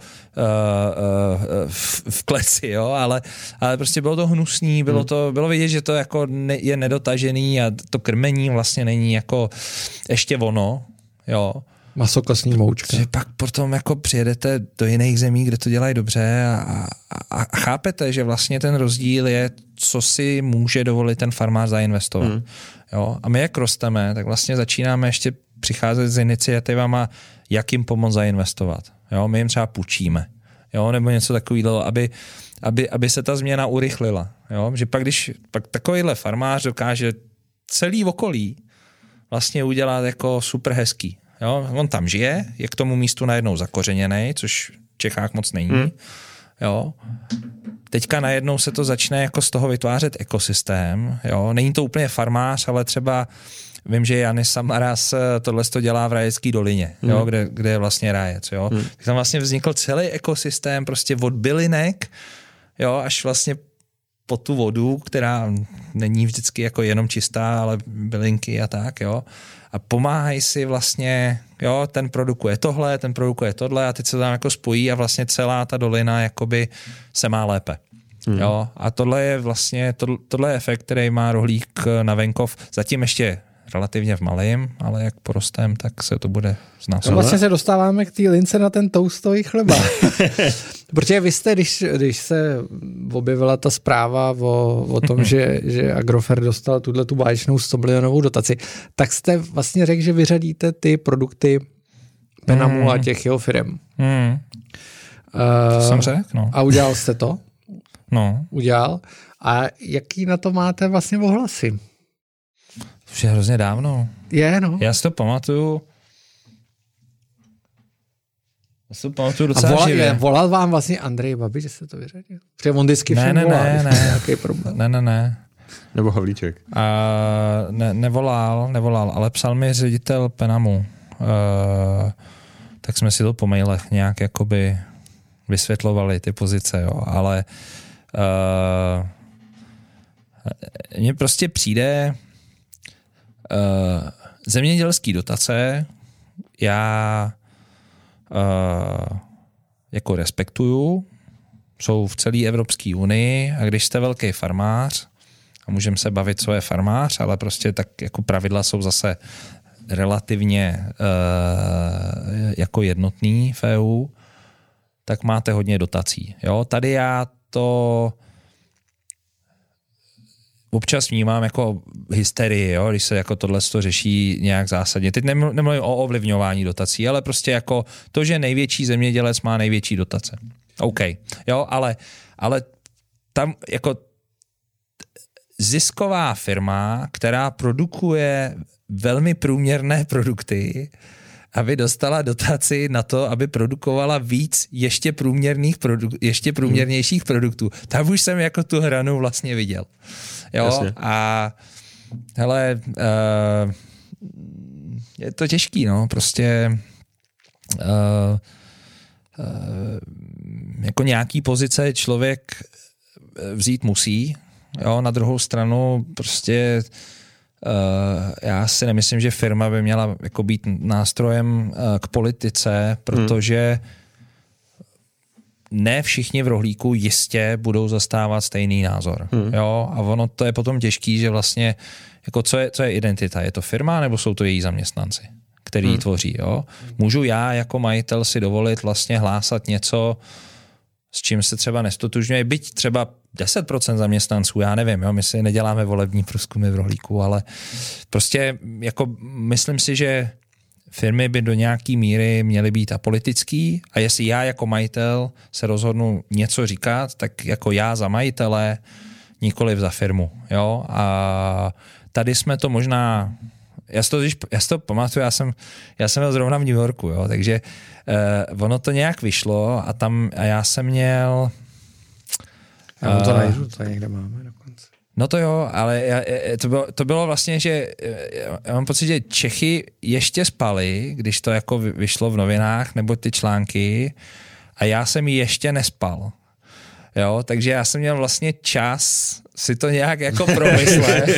v kleci, jo, ale prostě bylo to hnusný, bylo vidět, že to jako je nedotažený a to krmení vlastně není jako ještě ono, jo. Masokostní moučka. Že pak potom jako přijedete do jiných zemí, kde to dělají dobře a chápete, že vlastně ten rozdíl je, co si může dovolit ten farmář zainvestovat. Jo? A my jak rosteme, tak vlastně začínáme ještě přicházet s iniciativama, jak jim pomoct zainvestovat. Jo? My jim třeba půjčíme. Jo? Nebo něco takového, aby se ta změna urychlila. Jo? Že pak takovýhle farmář dokáže celý okolí vlastně udělat jako super hezký. Jo? On tam žije, je k tomu místu najednou zakořeněnej, což v Čechách moc není. Jo? Teďka najednou se to začne jako z toho vytvářet ekosystém. Jo? Není to úplně farmář, ale třeba vím, že Janis Samaras tohle to dělá v Rajecké dolině, jo? Kde je vlastně Rajec. Jo? Tak tam vlastně vznikl celý ekosystém prostě od bylinek, jo? Až vlastně po tu vodu, která není vždycky jako jenom čistá, ale bylinky a tak, jo. A pomáhají si vlastně, jo, ten produkuje tohle, ten produkuje tohle a teď se tam jako spojí a vlastně celá ta dolina jakoby se má lépe. Jo. A tohle je vlastně, tohle je efekt, který má rohlík na venkov, zatím ještě relativně v malém, ale jak porostem, tak se to bude znásobovat. No vlastně se dostáváme k té lince na ten toastový chleba. Protože vy jste, když se objevila ta zpráva o tom, že Agrofert dostal tu báječnou 100 milionovou dotaci, tak jste vlastně řekl, že vyřadíte ty produkty Penamu a těch jeho firem. To jsem řekl, no. A udělal jste to? No. Udělal. A jaký na to máte vlastně ohlasy? Už je hrozně dávno. No. Já si to pamatuju. Docela živě. Volal vám vlastně Andrej Babiš, že se to vyřadil? Protože on vždycky všem volal. Ne. Nějaký problém. Ne. Nebo Havlíček. Nevolal, ale psal mi ředitel Penamu. Tak jsme si to po mailech nějak jakoby vysvětlovali ty pozice, jo. Ale mně prostě přijde zemědělský dotace, já jako respektuju, jsou v celé Evropské unii a když jste velký farmář, a můžeme se bavit, co je farmář, ale prostě tak jako pravidla jsou zase relativně jako jednotný v EU, tak máte hodně dotací. Jo? Tady já to občas vnímám jako hysterii, jo? Když se jako tohle řeší nějak zásadně. Teď nemluvím o ovlivňování dotací, ale prostě jako to, že největší zemědělec má největší dotace. OK. Jo, ale tam jako zisková firma, která produkuje velmi průměrné produkty, aby dostala dotaci na to, aby produkovala víc ještě průměrnějších produktů. Tam už jsem jako tu hranu vlastně viděl. Jo, jasně. A hele, je to těžký, no, prostě jako nějaký pozice člověk vzít musí, jo, na druhou stranu prostě já si nemyslím, že firma by měla jako být nástrojem k politice, protože ne všichni v rohlíku jistě budou zastávat stejný názor. Jo? A ono to je potom těžký, že vlastně jako co je identita? Je to firma nebo jsou to její zaměstnanci, který ji tvoří? Jo? Můžu já jako majitel si dovolit vlastně hlásat něco, s čím se třeba nestotožňuje, byť třeba 10% zaměstnanců, já nevím, jo? My si neděláme volební průzkumy v rohlíku, ale prostě jako myslím si, že firmy by do nějaký míry měly být apolitický a jestli já jako majitel se rozhodnu něco říkat, tak jako já za majitele, nikoliv za firmu. Jo? A tady jsme to možná, já si to pamatuju, já jsem byl zrovna v New Yorku, jo? Takže ono to nějak vyšlo a já jsem měl Já vám to najdu, to někde máme dokonce. No to jo, ale to bylo vlastně, že já mám pocit, že Čechy ještě spali, když to jako vyšlo v novinách, nebo ty články, a já jsem ještě nespal. Jo, takže já jsem měl vlastně čas si to nějak jako promyslet.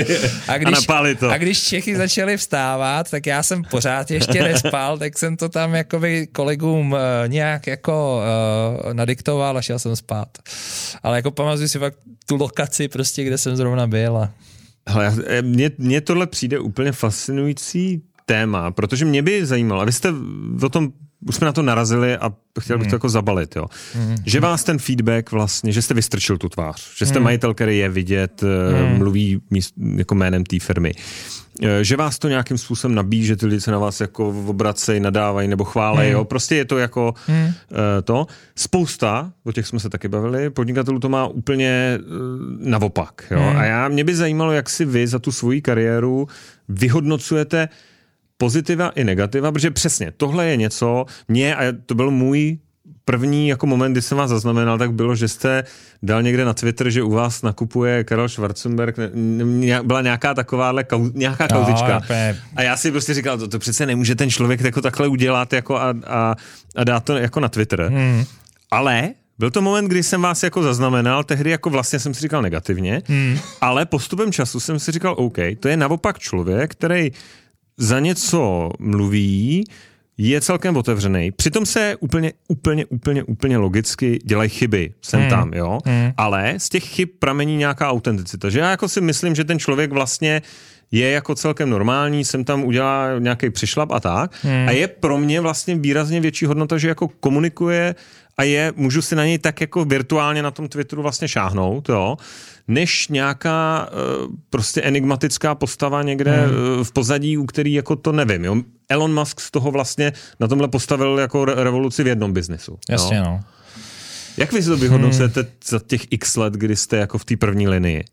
A když Čechy začali vstávat, tak já jsem pořád ještě nespal, tak jsem to tam jakoby kolegům nějak jako nadiktoval a šel jsem spát. Ale jako pamatuju si fakt tu lokaci prostě, kde jsem zrovna byl. Hele, mně tohle přijde úplně fascinující téma, protože mě by zajímalo, a vy jste o tom už jsme na to narazili a chtěl bych to jako zabalit, jo. Že vás ten feedback vlastně, že jste vystrčil tu tvář, že jste majitel, který je vidět, mluví jako jménem té firmy. Že vás to nějakým způsobem nabíjí, že ty lidi se na vás jako obracejí, nadávají nebo chválejí, jo. Prostě je to jako to. Spousta, o těch jsme se taky bavili, podnikatelů to má úplně naopak, jo. A mě by zajímalo, jak si vy za tu svoji kariéru vyhodnocujete pozitiva i negativa, protože přesně, tohle je něco, a to byl můj první jako moment, kdy jsem vás zaznamenal, tak bylo, že jste dal někde na Twitter, že u vás nakupuje Karel Schwarzenberg, byla nějaká takováhle nějaká kauzička. A já si prostě říkal, to přece nemůže ten člověk jako takhle udělat jako a dát to jako na Twitter. Ale byl to moment, kdy jsem vás jako zaznamenal, tehdy jako vlastně jsem si říkal negativně, ale postupem času jsem si říkal, OK, to je naopak člověk, který za něco mluví, je celkem otevřený. Přitom se úplně logicky dělají chyby sem tam, jo. Ale z těch chyb pramení nějaká autenticita. Že já jako si myslím, že ten člověk vlastně je jako celkem normální, sem tam udělá nějaký přišlap a tak. A je pro mě vlastně výrazně větší hodnota, že jako komunikuje a můžu si na něj tak jako virtuálně na tom Twitteru vlastně šáhnout, jo, než nějaká prostě enigmatická postava někde v pozadí, u který jako to nevím, jo. Elon Musk z toho vlastně na tomhle postavil jako revoluci v jednom biznesu. Jasně, no. Jak vy si to vyhodnocujete za těch x let, kdy jste jako v té první linii?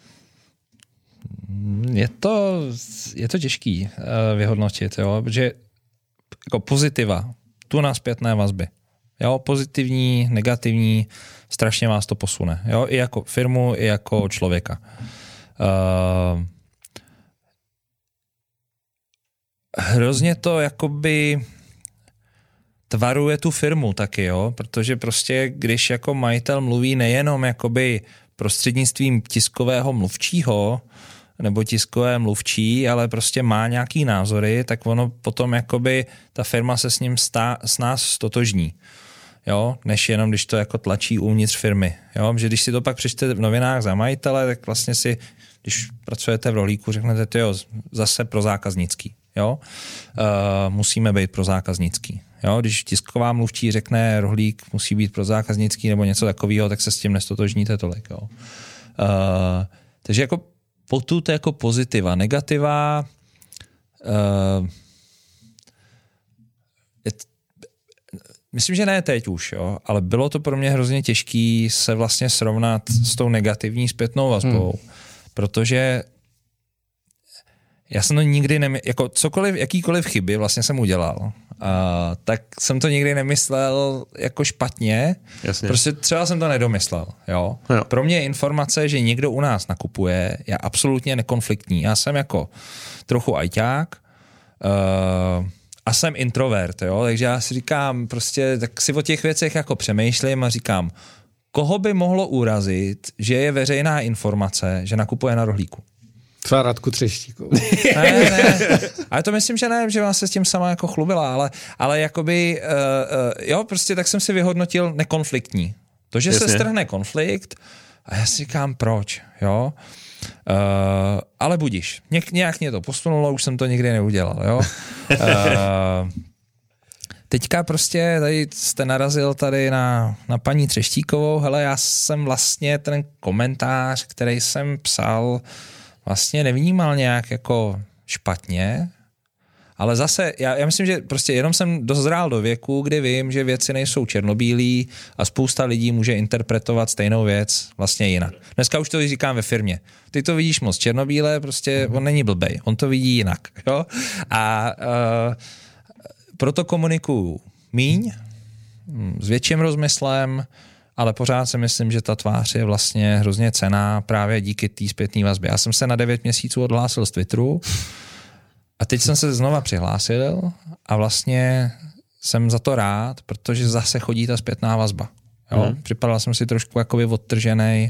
Je to těžký vyhodnotit, jo, protože jako pozitiva, tu na zpětné vazby. Jo, pozitivní, negativní, strašně vás to posune. Jo, i jako firmu, i jako člověka. Hrozně to jakoby tvaruje tu firmu taky, jo, protože prostě když jako majitel mluví nejenom jakoby prostřednictvím tiskového mluvčího, nebo tiskové mluvčí, ale prostě má nějaký názory, tak ono potom jakoby ta firma se s nás stotožní. Jo, než jenom, když to jako tlačí uvnitř firmy. Jo, že když si to pak přečtete v novinách za majitele, tak vlastně si, když pracujete v rohlíku, řeknete, jo, zase pro zákaznický. Jo, musíme být pro zákaznický. Jo, když tisková mluvčí řekne, rohlík musí být pro zákaznický nebo něco takového, tak se s tím nestotožníte tolik. Jo. Takže jako potud jako pozitiva, negativa, myslím, že ne teď už, jo, ale bylo to pro mě hrozně těžký se vlastně srovnat s tou negativní zpětnou vazbou, protože já jsem to nikdy jako jakýkoliv chyby vlastně jsem udělal, tak jsem to nikdy nemyslel jako špatně. Jasně. Prostě třeba jsem to nedomyslel. Jo? Jo. Pro mě informace, že někdo u nás nakupuje, je absolutně nekonfliktní. Já jsem jako trochu ajťák a jsem introvert, jo? Takže já si říkám prostě, tak si o těch věcech jako přemýšlím a říkám, koho by mohlo urazit, že je veřejná informace, že nakupuje na rohlíku. Třeba Radku Třeštíkovou. Ne. Ale to myslím, že ne, že vás se s tím sama jako chlubila, ale jakoby, jo, prostě tak jsem si vyhodnotil nekonfliktní. To, že se strhne konflikt a já si říkám, proč, jo. Ale budiš. Nějak mě to posunulo, už jsem to nikdy neudělal, jo. Teďka prostě tady jste narazil tady na paní Třeštíkovou, hele, já jsem vlastně ten komentář, který jsem psal, vlastně nevnímal nějak jako špatně, ale zase, já myslím, že prostě jenom jsem dozrál do věku, kdy vím, že věci nejsou černobílý a spousta lidí může interpretovat stejnou věc vlastně jinak. Dneska už to říkám ve firmě. Ty to vidíš moc černobíle, prostě on není blbej, on to vidí jinak. Jo? A proto komunikuju míň, s větším rozmyslem ale pořád si myslím, že ta tvář je vlastně hrozně cenná právě díky té zpětné vazbě. Já jsem se na 9 měsíců odhlásil z Twitteru a teď jsem se znova přihlásil a vlastně jsem za to rád, protože zase chodí ta zpětná vazba. Jo? Připadal jsem si trošku jakoby odtrženej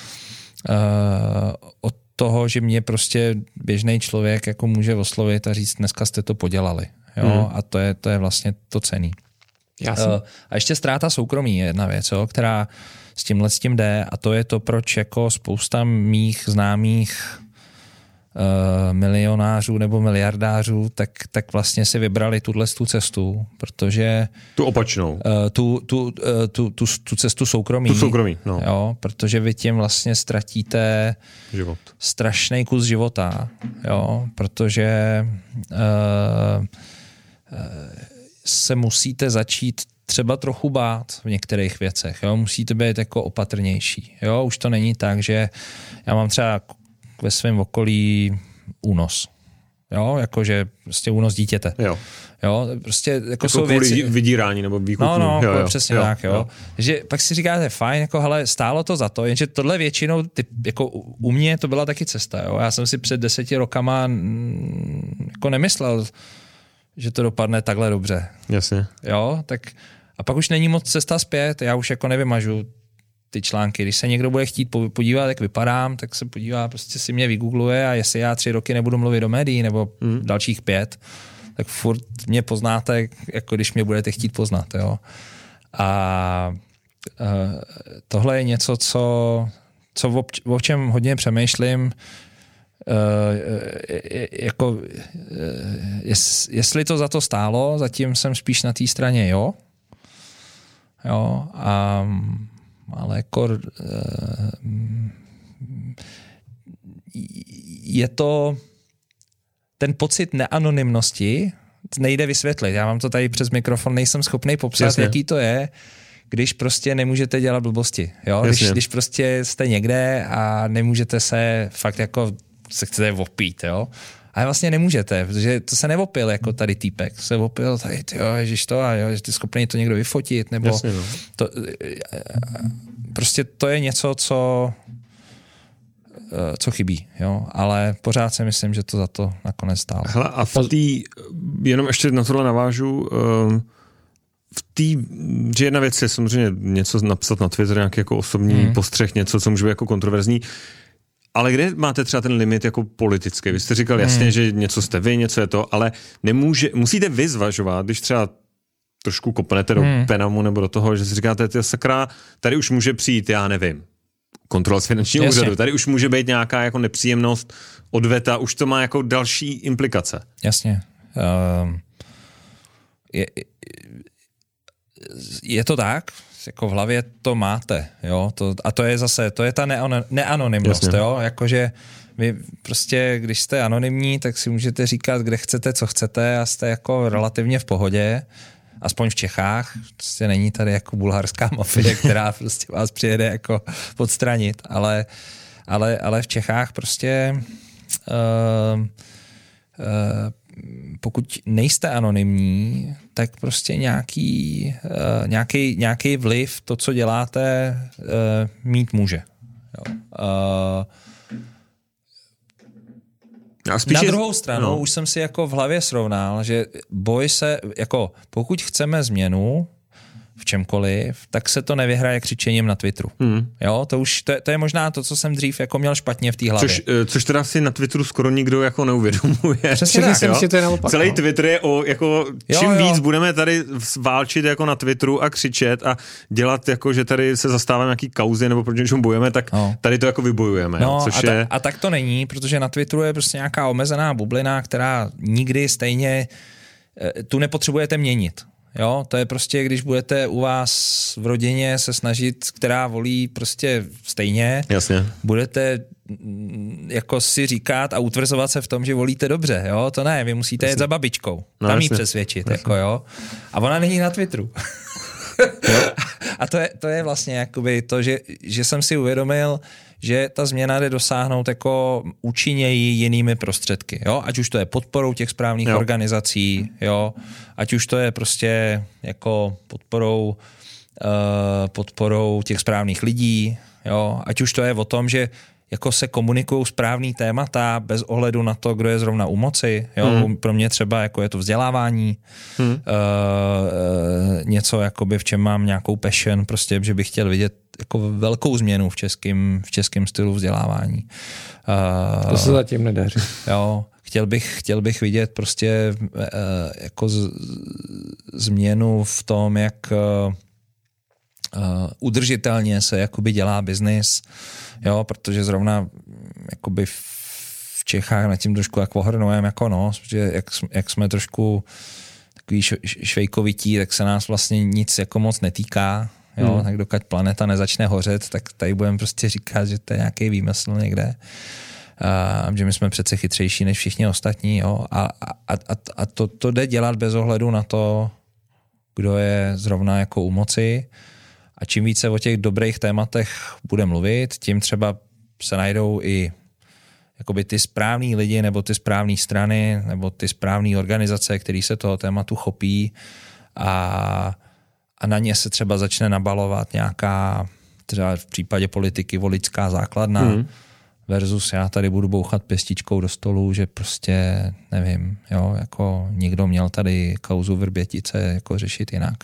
od toho, že mě prostě běžný člověk jako může oslovit a říct, dneska jste to podělali. Jo? A to je vlastně to cenný. A ještě ztráta soukromí je jedna věc, jo, která s tím jde, a to je to, proč jako spousta mých známých milionářů nebo miliardářů, tak vlastně si vybrali tu cestu, protože... Tu opačnou. Tu cestu soukromí. Tu soukromí, no. Jo, protože vy tím vlastně ztratíte život. Strašný kus života, jo, protože se musíte začít třeba trochu bát v některých věcech. Jo? Musíte být jako opatrnější. Jo? Už to není tak, že já mám třeba ve svém okolí únos. Jo? Jakože prostě únos dítěte. Jo. Jo? Prostě jako jsou věci... vydírání nebo výkupní. No, přesně tak. Jo? Že pak si říkáte, fajn, jako hele, stálo to za to, jenže tohle většinou, jako u mě to byla taky cesta. Jo? Já jsem si před 10 rokama jako nemyslel, že to dopadne takhle dobře. Jasně. Jo, tak a pak už není moc cesta zpět, já už jako nevymažu ty články. Když se někdo bude chtít podívat, jak vypadám, tak se podívá, prostě si mě vygoogluje, a jestli já 3 roky nebudu mluvit do médií nebo dalších 5, tak furt mě poznáte, jako když mě budete chtít poznat. Jo. A tohle je něco, o čem hodně přemýšlím, jako jestli to za to stálo, zatím jsem spíš na té straně jo, ale jako je to ten pocit neanonymnosti nejde vysvětlit. Já vám to tady přes mikrofon nejsem schopný popsat, jasně, jaký to je, když prostě nemůžete dělat blbosti. Jo? Když prostě jste někde a nemůžete se fakt jako se chcete opít, jo. Ale vlastně nemůžete, protože to se neopil jako tady týpek. Se opil tady, jo, ježiš to, a jo, že ty schopný to někdo vyfotit, nebo jasně, no. To, prostě to je něco, co chybí, jo. Ale pořád si myslím, že to za to nakonec stálo. Hele, a jenom ještě na tohle navážu, že jedna věc je samozřejmě něco napsat na Twitter, nějaký jako osobní postřeh, něco, co může být jako kontroverzní. Ale kde máte třeba ten limit jako politický? Vy jste říkal jasně, že něco jste vy, něco je to, ale musíte vy zvažovat, když třeba trošku kopnete do penamu nebo do toho, že si říkáte, ty sakra, tady už může přijít, já nevím, kontrola z finančního úřadu, tady už může být nějaká jako nepříjemnost, odveta, už to má jako další implikace. Jasně. Je to tak, jako v hlavě to máte, jo, a to je zase, to je ta neanonymnost, jasně, jo, jakože vy prostě, když jste anonymní, tak si můžete říkat, kde chcete, co chcete, a jste jako relativně v pohodě, aspoň v Čechách, prostě není tady jako bulharská mafie, která prostě vás přijede jako podstranit, ale v Čechách prostě pokud nejste anonymní, tak prostě nějaký vliv, to, co děláte, mít může. Jo. Na druhou stranu už jsem si jako v hlavě srovnal, že boj se, jako pokud chceme změnu v čemkoliv, tak se to nevyhraje křičením na Twitteru. Jo, to je možná to, co jsem dřív jako měl špatně v té hlavě. Což teda si na Twitteru skoro nikdo jako neuvědomuje. Přesně tak, myslím, že to je naopak. Celý Twitter je čím víc budeme tady válčit jako na Twitteru a křičet a dělat jako, že tady se zastáváme nějaký kauzy nebo proti něčemu bojujeme, tak tady to jako vybojujeme. No, a tak to není, protože na Twitteru je prostě nějaká omezená bublina, která nikdy stejně tu nepotřebujete měnit. Jo, to je prostě, když budete u vás v rodině se snažit, která volí prostě stejně, jasně, budete jako si říkat a utvrzovat se v tom, že volíte dobře, jo, to ne, vy musíte jet za babičkou, tam jí přesvědčit, jako jo, a ona není na Twitteru. A to je vlastně jakoby to, že jsem si uvědomil, že ta změna jde dosáhnout jako účinněji jinými prostředky, jo, ať už to je podporou těch správných organizací, jo, ať už to je prostě jako podporou podporou těch správných lidí, jo, ať už to je o tom, že jako se komunikují správný témata bez ohledu na to, kdo je zrovna u moci. Jo? Pro mě třeba jako je to vzdělávání, něco, jakoby, v čem mám nějakou passion, prostě, že bych chtěl vidět jako velkou změnu v českém stylu vzdělávání. To se zatím nedaří. Jo, chtěl bych vidět prostě jako změnu v tom, jak udržitelně se jakoby dělá biznis, jo, protože zrovna jakoby v Čechách nad tím trošku jak ohrnujeme jako nos, protože jak jsme trošku takový švejkovití, tak se nás vlastně nic jako moc netýká, jo, tak dokud planeta nezačne hořet, tak tady budeme prostě říkat, že to je nějaký výmysl někde, že my jsme přece chytřejší než všichni ostatní, jo, a to jde dělat bez ohledu na to, kdo je zrovna jako u moci. A čím více o těch dobrých tématech bude mluvit, tím třeba se najdou i jakoby ty správný lidi nebo ty správné strany nebo ty správné organizace, které se toho tématu chopí a na ně se třeba začne nabalovat nějaká, třeba v případě politiky, voličská základna versus já tady budu bouchat pěstičkou do stolu, že prostě nevím, jo, jako někdo měl tady kauzu Vrbětice jako řešit jinak.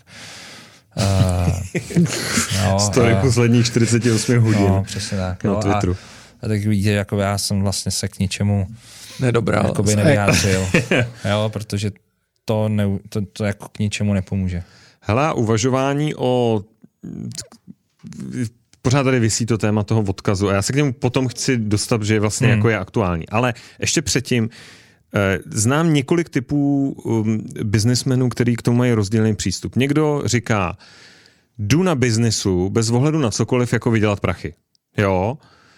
Story posledních 48 hodin. No, přesně tak. Na Twitteru. A tak vidíte, jako já jsem vlastně se k ničemu nevyjádřil. Jo, protože to jako k ničemu nepomůže. Hele, uvažování o... Pořád tady visí to téma toho odkazu a já se k němu potom chci dostat, že vlastně jako je aktuální. Ale ještě předtím znám několik typů biznismenů, který k tomu mají rozdílný přístup. Někdo říká, jdu na biznisu bez ohledu na cokoliv, jako vydělat prachy. Jo?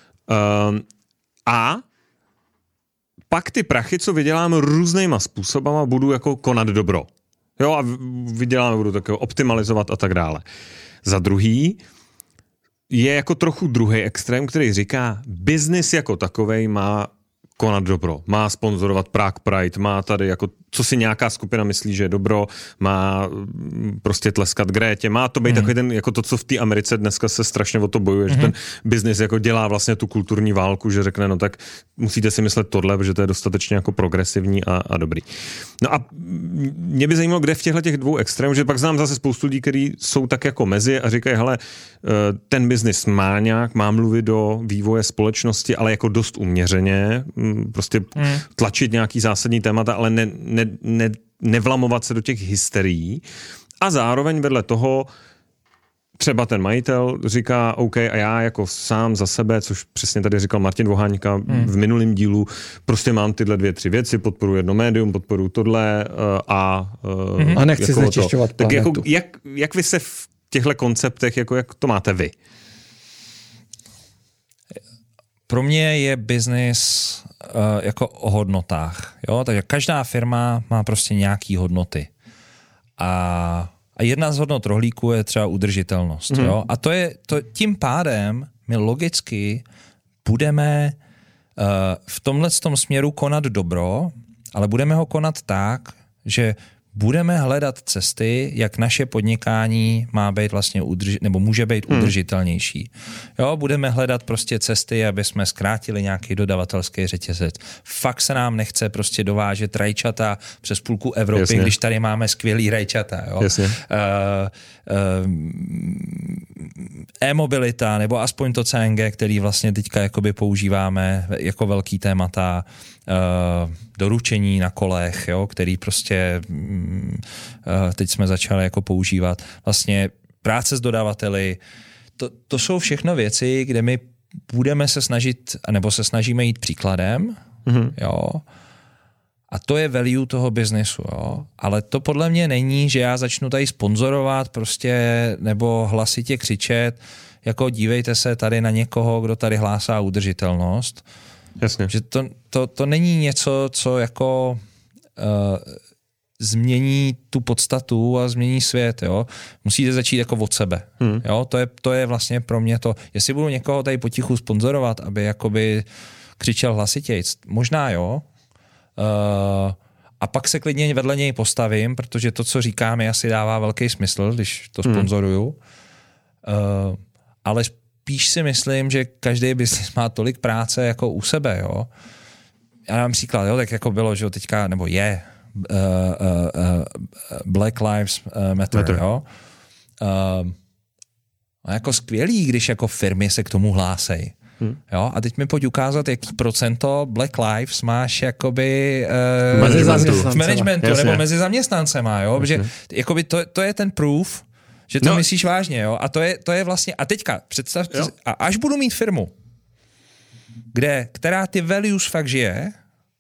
A pak ty prachy, co vydělám různýma způsobama, budu jako konat dobro. Jo, a vydělám, budu tak optimalizovat a tak dále. Za druhý je jako trochu druhý extrém, který říká, biznis jako takovej má konat dobro, má sponzorovat Prague Pride, má tady jako, co si nějaká skupina myslí, že je dobro, má prostě tleskat Grétě, má to být takový ten, jako to, co v té Americe dneska se strašně o to bojuje, že ten biznis jako dělá vlastně tu kulturní válku, že řekne, no tak musíte si myslet tohle, protože to je dostatečně jako progresivní a dobrý. No a mě by zajímalo, kde v těchto těch dvou extrémů, že pak znám zase spoustu lidí, kteří jsou tak jako mezi a říkají, hele, ten biznis má mluvit do vývoje společnosti, ale jako dost uměřeně, prostě tlačit nějaký zásadní témata, ale nevlamovat se do těch hysterií. A zároveň vedle toho třeba ten majitel říká, OK, a já jako sám za sebe, což přesně tady říkal Martin Voháňka v minulém dílu, prostě mám tyhle 2-3 věci, podporuji jedno médium, podporuji tohle a nechci jako znečišťovat planetu. Tak jako, jak vy se v těchto konceptech, jako jak to máte vy? Pro mě je biznis jako o hodnotách. Jo? Takže každá firma má prostě nějaký hodnoty. A jedna z hodnot rohlíku je třeba udržitelnost. Jo? A tím pádem my logicky budeme v tomhletom směru konat dobro, ale budeme ho konat tak, že budeme hledat cesty, jak naše podnikání má být vlastně nebo může být udržitelnější. Jo, budeme hledat prostě cesty, aby jsme zkrátili nějaký dodavatelský řetězec. Fakt se nám nechce prostě dovážet rajčata přes půlku Evropy, Jasně. když tady máme skvělý rajčata. Jo? E-mobilita, nebo aspoň to CNG, který vlastně teďka jakoby používáme jako velký témata, doručení na kolech, jo, který prostě teď jsme začali jako používat. Vlastně práce s dodavateli, to jsou všechno věci, kde my budeme se snažit, nebo se snažíme jít příkladem, jo, a to je value toho biznesu, jo. Ale to podle mě není, že já začnu tady sponzorovat prostě, nebo hlasitě křičet, jako dívejte se tady na někoho, kdo tady hlásá udržitelnost. Jasně. Že to není něco, co jako změní tu podstatu a změní svět, jo. Musíte začít jako od sebe, jo. To je vlastně pro mě to, jestli budu někoho tady potichu sponzorovat, aby jakoby křičel hlasitějc, možná jo, a pak se klidně vedle něj postavím, protože to, co říkám, asi dává velký smysl, když to sponzoruju, ale spíš si myslím, že každý biznis má tolik práce jako u sebe, jo. Já dám příklad, jo, tak jako bylo, že teďka, nebo je Black Lives Matter. Jo. A jako skvělý, když jako firmy se k tomu hlásej. Jo? A teď mi pojď ukázat, jaký procento Black Lives máš jakoby v managementu nebo mezi zaměstnancema, jo? Protože jakoby to je ten proof, že to myslíš vážně, jo? A to je vlastně, a teďka představte, a až budu mít firmu, která ty values fakt žije,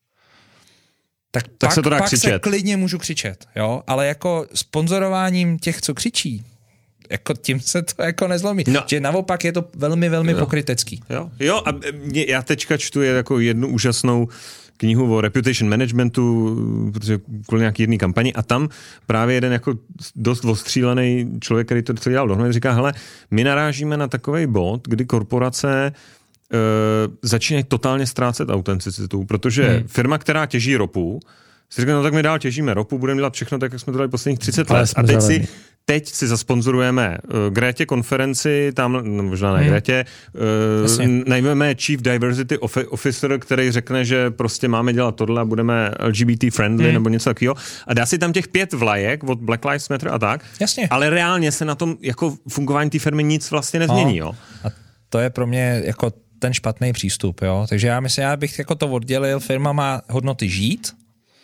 tak se to dá pak křičet. Se klidně můžu křičet, jo? Ale jako sponzorováním těch, co křičí, jako tím se to jako nezlomí. No. Že naopak je to velmi, velmi pokrytecký. Jo, a já teďka čtu jako jednu úžasnou knihu o reputation managementu, protože kvůli nějaký jedný kampani a tam právě jeden jako dost ostřílený člověk, který to celý dal dohromady, říká, hele, my narážíme na takovej bod, kdy korporace začínají totálně ztrácet autenticitu, protože firma, která těží ropu, si říká, no tak my dál těžíme ropu, budeme dělat všechno tak, jak jsme to dali posledních 30 let. A teď si zasponzorujeme Grétě konferenci, tam možná ne Grétě, najmeme Chief Diversity Officer, který řekne, že prostě máme dělat tohle a budeme LGBT friendly nebo něco takového. A dá si tam těch 5 vlajek od Black Lives Matter a tak. Jasně. Ale reálně se na tom jako fungování té firmy nic vlastně nezmění. Jo. A to je pro mě jako ten špatný přístup. Jo. Takže já myslím, já bych jako to oddělil. Firma má hodnoty žít,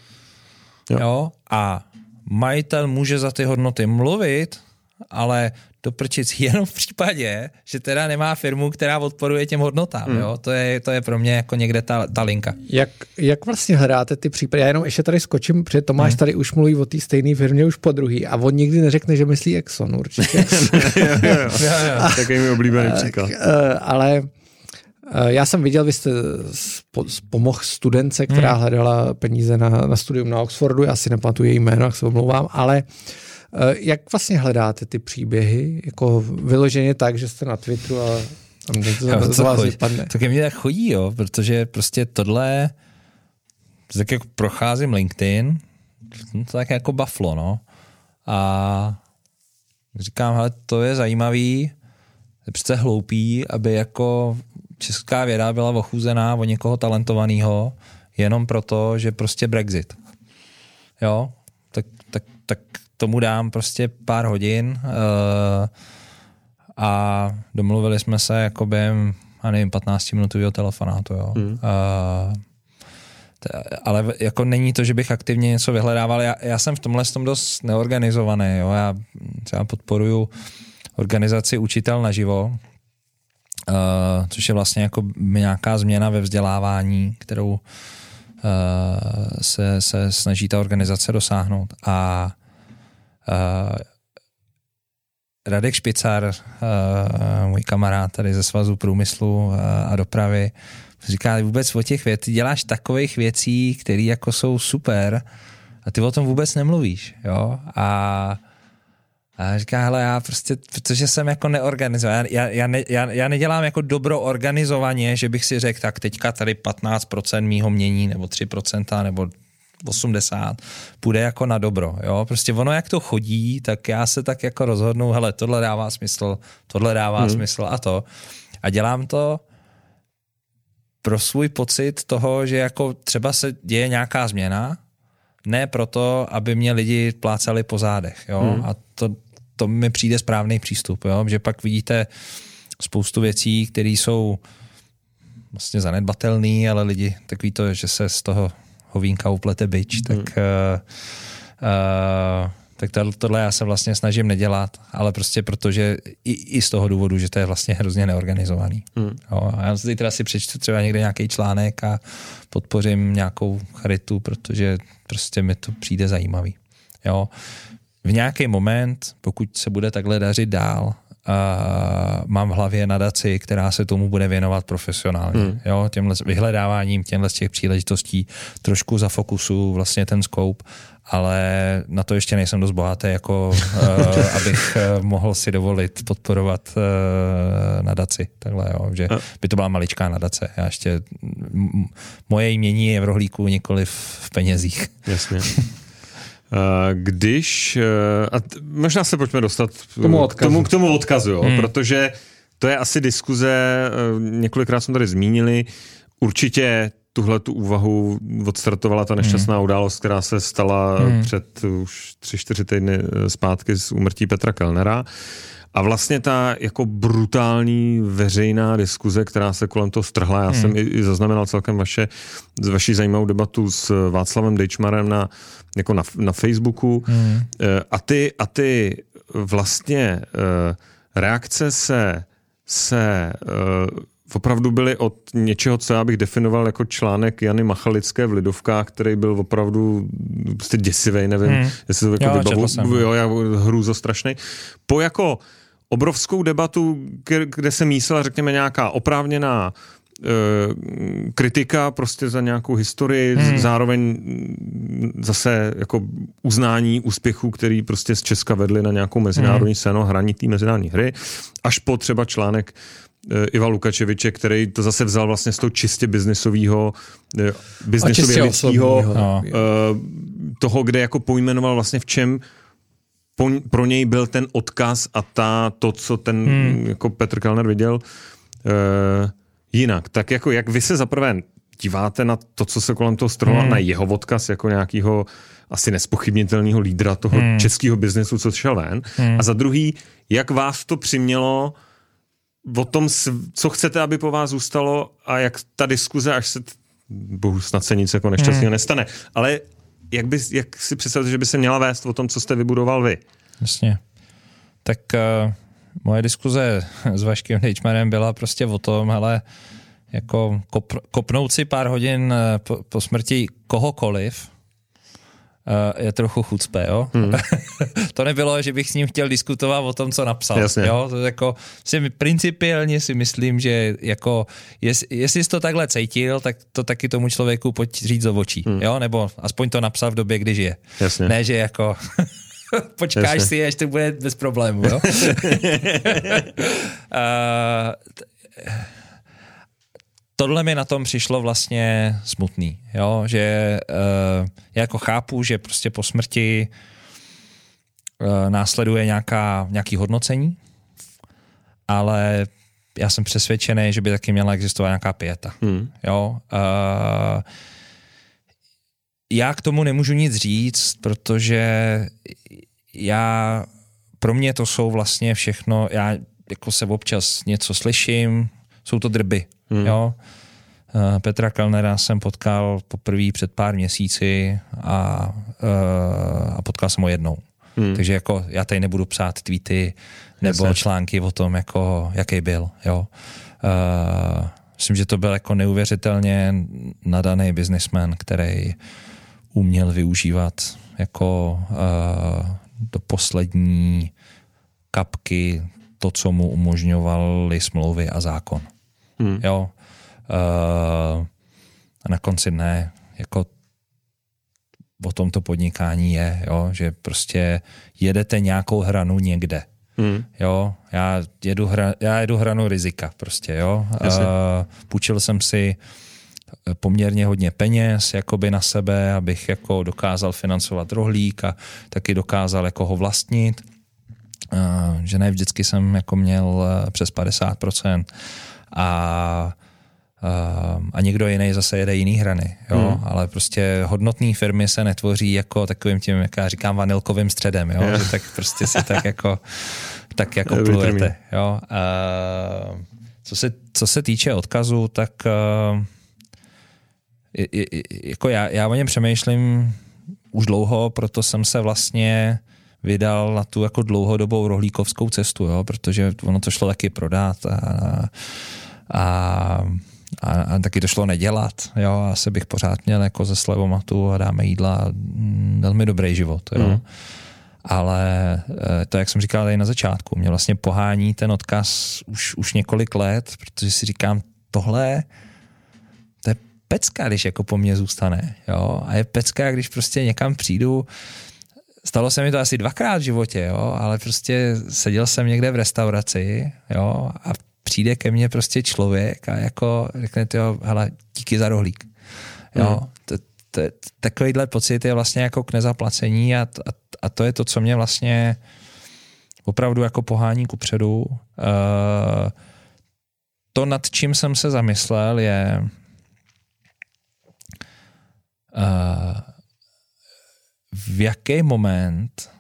jo, a majitel může za ty hodnoty mluvit, ale doprčit jenom v případě, že teda nemá firmu, která odporuje těm hodnotám. Jo? To je pro mě jako někde ta linka. Jak vlastně hledáte ty případy? Já jenom ještě tady skočím, protože Tomáš tady už mluví o té stejné firmě už po druhý a on nikdy neřekne, že myslí Exxon určitě. Takový mi oblíbený příklad. Ale já jsem viděl, vy jste pomohl studence, která hledala peníze na studium na Oxfordu, já si nepamatuji její jméno, jak se omlouvám, ale jak vlastně hledáte ty příběhy? Jako vyloženě tak, že jste na Twitteru a něco z vás vypadne? To ke mně tak chodí, jo, protože prostě tohle tak jako procházím LinkedIn, to tak jako baflo, no. A říkám, hele, to je zajímavý, je přece hloupý, aby jako česká věda byla ochuzená o někoho talentovaného jenom proto, že prostě Brexit. Jo, tak tomu dám prostě pár hodin a domluvili jsme se jako během, já nevím, 15-minutového telefonátu, jo. Ale jako není to, že bych aktivně něco vyhledával. Já jsem v tomhle dost neorganizovaný, jo. Já třeba podporuju organizaci Učitel naživo, což je vlastně jako nějaká změna ve vzdělávání, kterou se snaží ta organizace dosáhnout. A Radek Špicar, můj kamarád tady ze Svazu průmyslu a dopravy, říká vůbec o těch věcí, děláš takových věcí, které jako jsou super a ty o tom vůbec nemluvíš. Jo? A říká, hele, já prostě, protože jsem jako neorganizovaný, já nedělám jako dobro organizovaně, že bych si řekl, tak teďka tady 15% mýho mění, nebo 3%, nebo 80, půjde jako na dobro, jo, prostě ono jak to chodí, tak já se tak jako rozhodnu, hele, tohle dává smysl, tohle dává smysl a to. A dělám to pro svůj pocit toho, že jako třeba se děje nějaká změna, ne proto, aby mě lidi plácali po zádech, jo, a to mi přijde správný přístup, jo, že pak vidíte spoustu věcí, které jsou vlastně zanedbatelné, ale lidi takový to, že se z toho hovínka uplete bič, tak tohle já se vlastně snažím nedělat, ale prostě protože i z toho důvodu, že to je vlastně hrozně neorganizovaný. Jo, a já si teda si přečtu třeba někde nějaký článek a podpořím nějakou charitu, protože prostě mi to přijde zajímavý. Jo. V nějaký moment, pokud se bude takhle dařit dál, mám v hlavě nadaci, která se tomu bude věnovat profesionálně. Jo, těmhle vyhledáváním těchto těch příležitostí trošku zafokusu vlastně ten scope, ale na to ještě nejsem dost bohatý, jako abych mohl si dovolit podporovat nadaci. Takhle, jo, že by to byla maličká nadace. Já ještě, moje jmění je v rohlíku, nikoli v penězích. Jasně. Možná se pojďme dostat k tomu odkazu, jo, protože to je asi diskuze, několikrát jsme tady zmínili, určitě tuhle tu úvahu odstartovala ta nešťastná událost, která se stala před už 3-4 týdny zpátky z úmrtí Petra Kellnera. A vlastně ta jako brutální veřejná diskuze, která se kolem toho strhla, já jsem i zaznamenal celkem vaši zajímavou debatu s Václavem Dejčmarem na Facebooku. A ty vlastně reakce se opravdu byly od něčeho, co já bych definoval jako článek Jany Machalické v Lidovkách, který byl opravdu prostě děsivej, nevím, jestli to jako vybavu, hrůzostrašnej. Po jako obrovskou debatu, kde se mísela, řekněme, nějaká oprávněná kritika prostě za nějakou historii, zároveň zase jako uznání úspěchů, který prostě z Česka vedli na nějakou mezinárodní scénu, hraní té mezinárodní hry, až po třeba článek Iva Lukačeviče, který to zase vzal vlastně z toho čistě biznisového lidského toho, kde jako pojmenoval vlastně v čem pro něj byl ten odkaz a to, co ten jako Petr Kellner viděl jinak. Tak jako jak vy se zaprvé díváte na to, co se kolem toho strhlo, na jeho odkaz jako nějakého asi nespochybnitelného lídra toho českého biznesu, co šel ven. A za druhý, jak vás to přimělo o tom, co chcete, aby po vás zůstalo a jak ta diskuze, až se bohu snad se nic jako nešťastného nestane. Ale jak si představte, že by se měla vést o tom, co jste vybudoval vy? Jasně. Tak moje diskuze s Vaškem Dejčmarem byla prostě o tom, hele, jako kopnout si pár hodin po smrti kohokoliv je trochu chucpe, jo? To nebylo, že bych s ním chtěl diskutovat o tom, co napsal. Jasně. Jo? To jako, principiálně si myslím, že jako, jestli jsi to takhle cítil, tak to taky tomu člověku pojď říct do očí. Jo? Nebo aspoň to napsal v době, kdy žije. Jasně. Ne, že jako počkáš si, až to bude bez problému. Jo? Tohle mi na tom přišlo vlastně smutný, jo? Že já jako chápu, že prostě po smrti následuje nějaký hodnocení, ale já jsem přesvědčený, že by taky měla existovat nějaká pieta. Jo? Já k tomu nemůžu nic říct, protože pro mě to jsou vlastně všechno, já jako se občas něco slyším, jsou to drby. Jo? Petra Kellnera jsem potkal poprvé před pár měsíci a potkal jsem ho jednou. Takže jako já tady nebudu psát tweety nebo články o tom, jako, jaký byl. Jo? Myslím, že to byl jako neuvěřitelně nadaný businessman, který uměl využívat jako do poslední kapky to, co mu umožňovaly smlouvy a zákon. Jo. A na konci dne jako o tomto podnikání je, jo, že prostě jedete nějakou hranu někde. Jo, já jedu hranu rizika prostě, jo. Půjčil jsem si poměrně hodně peněz jakoby na sebe, abych jako dokázal financovat rohlík a taky dokázal jako ho vlastnit. Že ne vždycky jsem jako měl přes 50%. A někdo jiný zase jede jiný hrany, jo? Ale prostě hodnotné firmy se netvoří jako takovým tím, jak já říkám, vanilkovým středem, jo? Že tak prostě si tak jako plujete, jo? Co se týče odkazu, tak jako já o něm přemýšlím už dlouho, proto jsem se vlastně vydal na tu jako dlouhodobou rohlíkovskou cestu, jo? Protože ono to šlo taky prodat a taky to šlo nedělat. Jo? Asi bych pořád měl jako ze slevomatu a dáme jídla velmi dobrý život. Jo? Ale to, jak jsem říkal tady na začátku, mě vlastně pohání ten odkaz už několik let, protože si říkám, tohle to je pecka, když jako po mně zůstane. Jo? A je pecka, když prostě někam přijdu. Stalo se mi to asi 2krát v životě, jo? Ale prostě seděl jsem někde v restauraci, jo? A přijde ke mně prostě člověk a jako řekne, jo, hele, díky za rohlík. Jo, takovýhle pocit je vlastně jako k nezaplacení a to je to, co mě vlastně opravdu jako pohání kupředu. To, nad čím jsem se zamyslel, je v jaký moment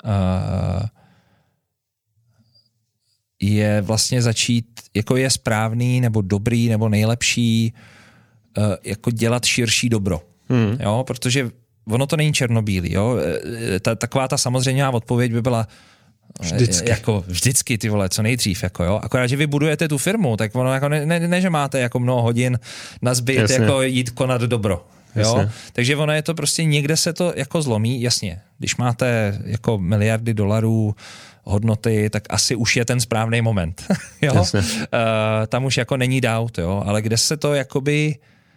je vlastně začít, jako je správný, nebo dobrý, nebo nejlepší jako dělat širší dobro. Jo, protože ono to není černobílý. Jo? Taková ta samozřejmá odpověď by byla vždycky, ty vole, co nejdřív. Jako, jo? Akorát, že vy budujete tu firmu, tak ono jako ne, že máte jako mnoho hodin na zbyt, jako jít konat dobro. Jo? Takže ono je to prostě, někde se to jako zlomí, jasně. Když máte jako miliardy dolarů hodnoty, tak asi už je ten správný moment. Jo? Tam už jako není doubt, jo? Ale kde se to jakoby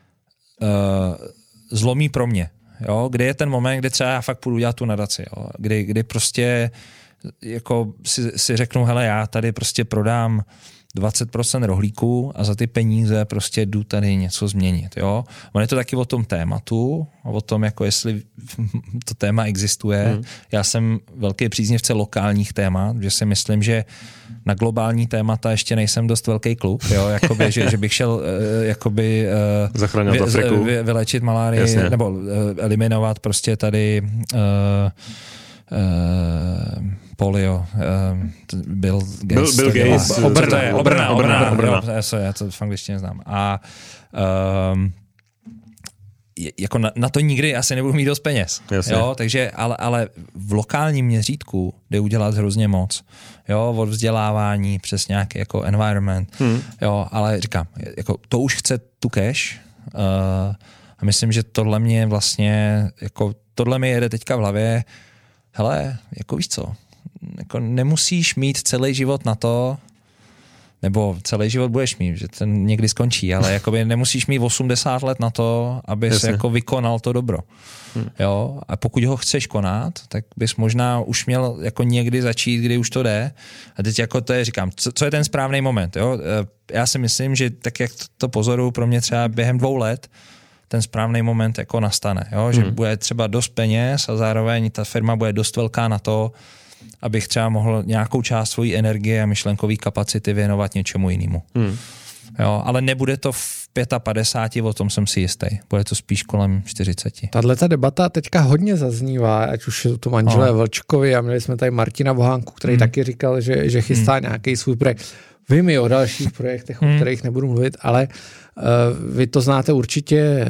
zlomí pro mě. Jo? Kde je ten moment, kdy třeba já fakt půjdu dělat tu nadaci. Jo? Kdy prostě jako si řeknu, hele, já tady prostě prodám 20% rohlíků a za ty peníze prostě jdu tady něco změnit. Jo? On je to taky o tom tématu a o tom, jako jestli to téma existuje. Já jsem velký příznivce lokálních témat, že si myslím, že na globální témata ještě nejsem dost velký klub, jo? Jakoby, že bych šel jakoby, vylečit malárii nebo eliminovat prostě tady polio, Bill Gates. Obrna. Já to v angličtině znám. A jako na to nikdy asi nebudu mít dost peněz. Jo? Takže, ale v lokálním měřítku jde udělat hrozně moc. Jo? Od vzdělávání přes nějaký jako environment. Jo? Ale říkám, jako, to už chce tu cash a myslím, že tohle mě vlastně, jako, tohle mi jede teďka v hlavě. Hele, jako víš co, jako nemusíš mít celý život na to, nebo celý život budeš mít, že ten někdy skončí, ale jakoby nemusíš mít 80 let na to, aby se jako vykonal to dobro. Jo? A pokud ho chceš konat, tak bys možná už měl jako někdy začít, kdy už to jde. A teď jako to je, říkám, co je ten správný moment. Jo? Já si myslím, že tak jak to pozoruju pro mě třeba během 2 let, ten správný moment jako nastane. Jo? Že bude třeba dost peněz a zároveň ta firma bude dost velká na to, abych třeba mohl nějakou část svojí energie a myšlenkové kapacity věnovat něčemu jinému. Jo? Ale nebude to v 55, o tom jsem si jistý. Bude to spíš kolem 40. Tato debata teďka hodně zaznívá, ať už je to manželé Vlčkovi a měli jsme tady Martina Bohánku, který taky říkal, že chystá nějaký svůj projekt. Vím i o dalších projektech, o kterých nebudu mluvit, ale vy to znáte určitě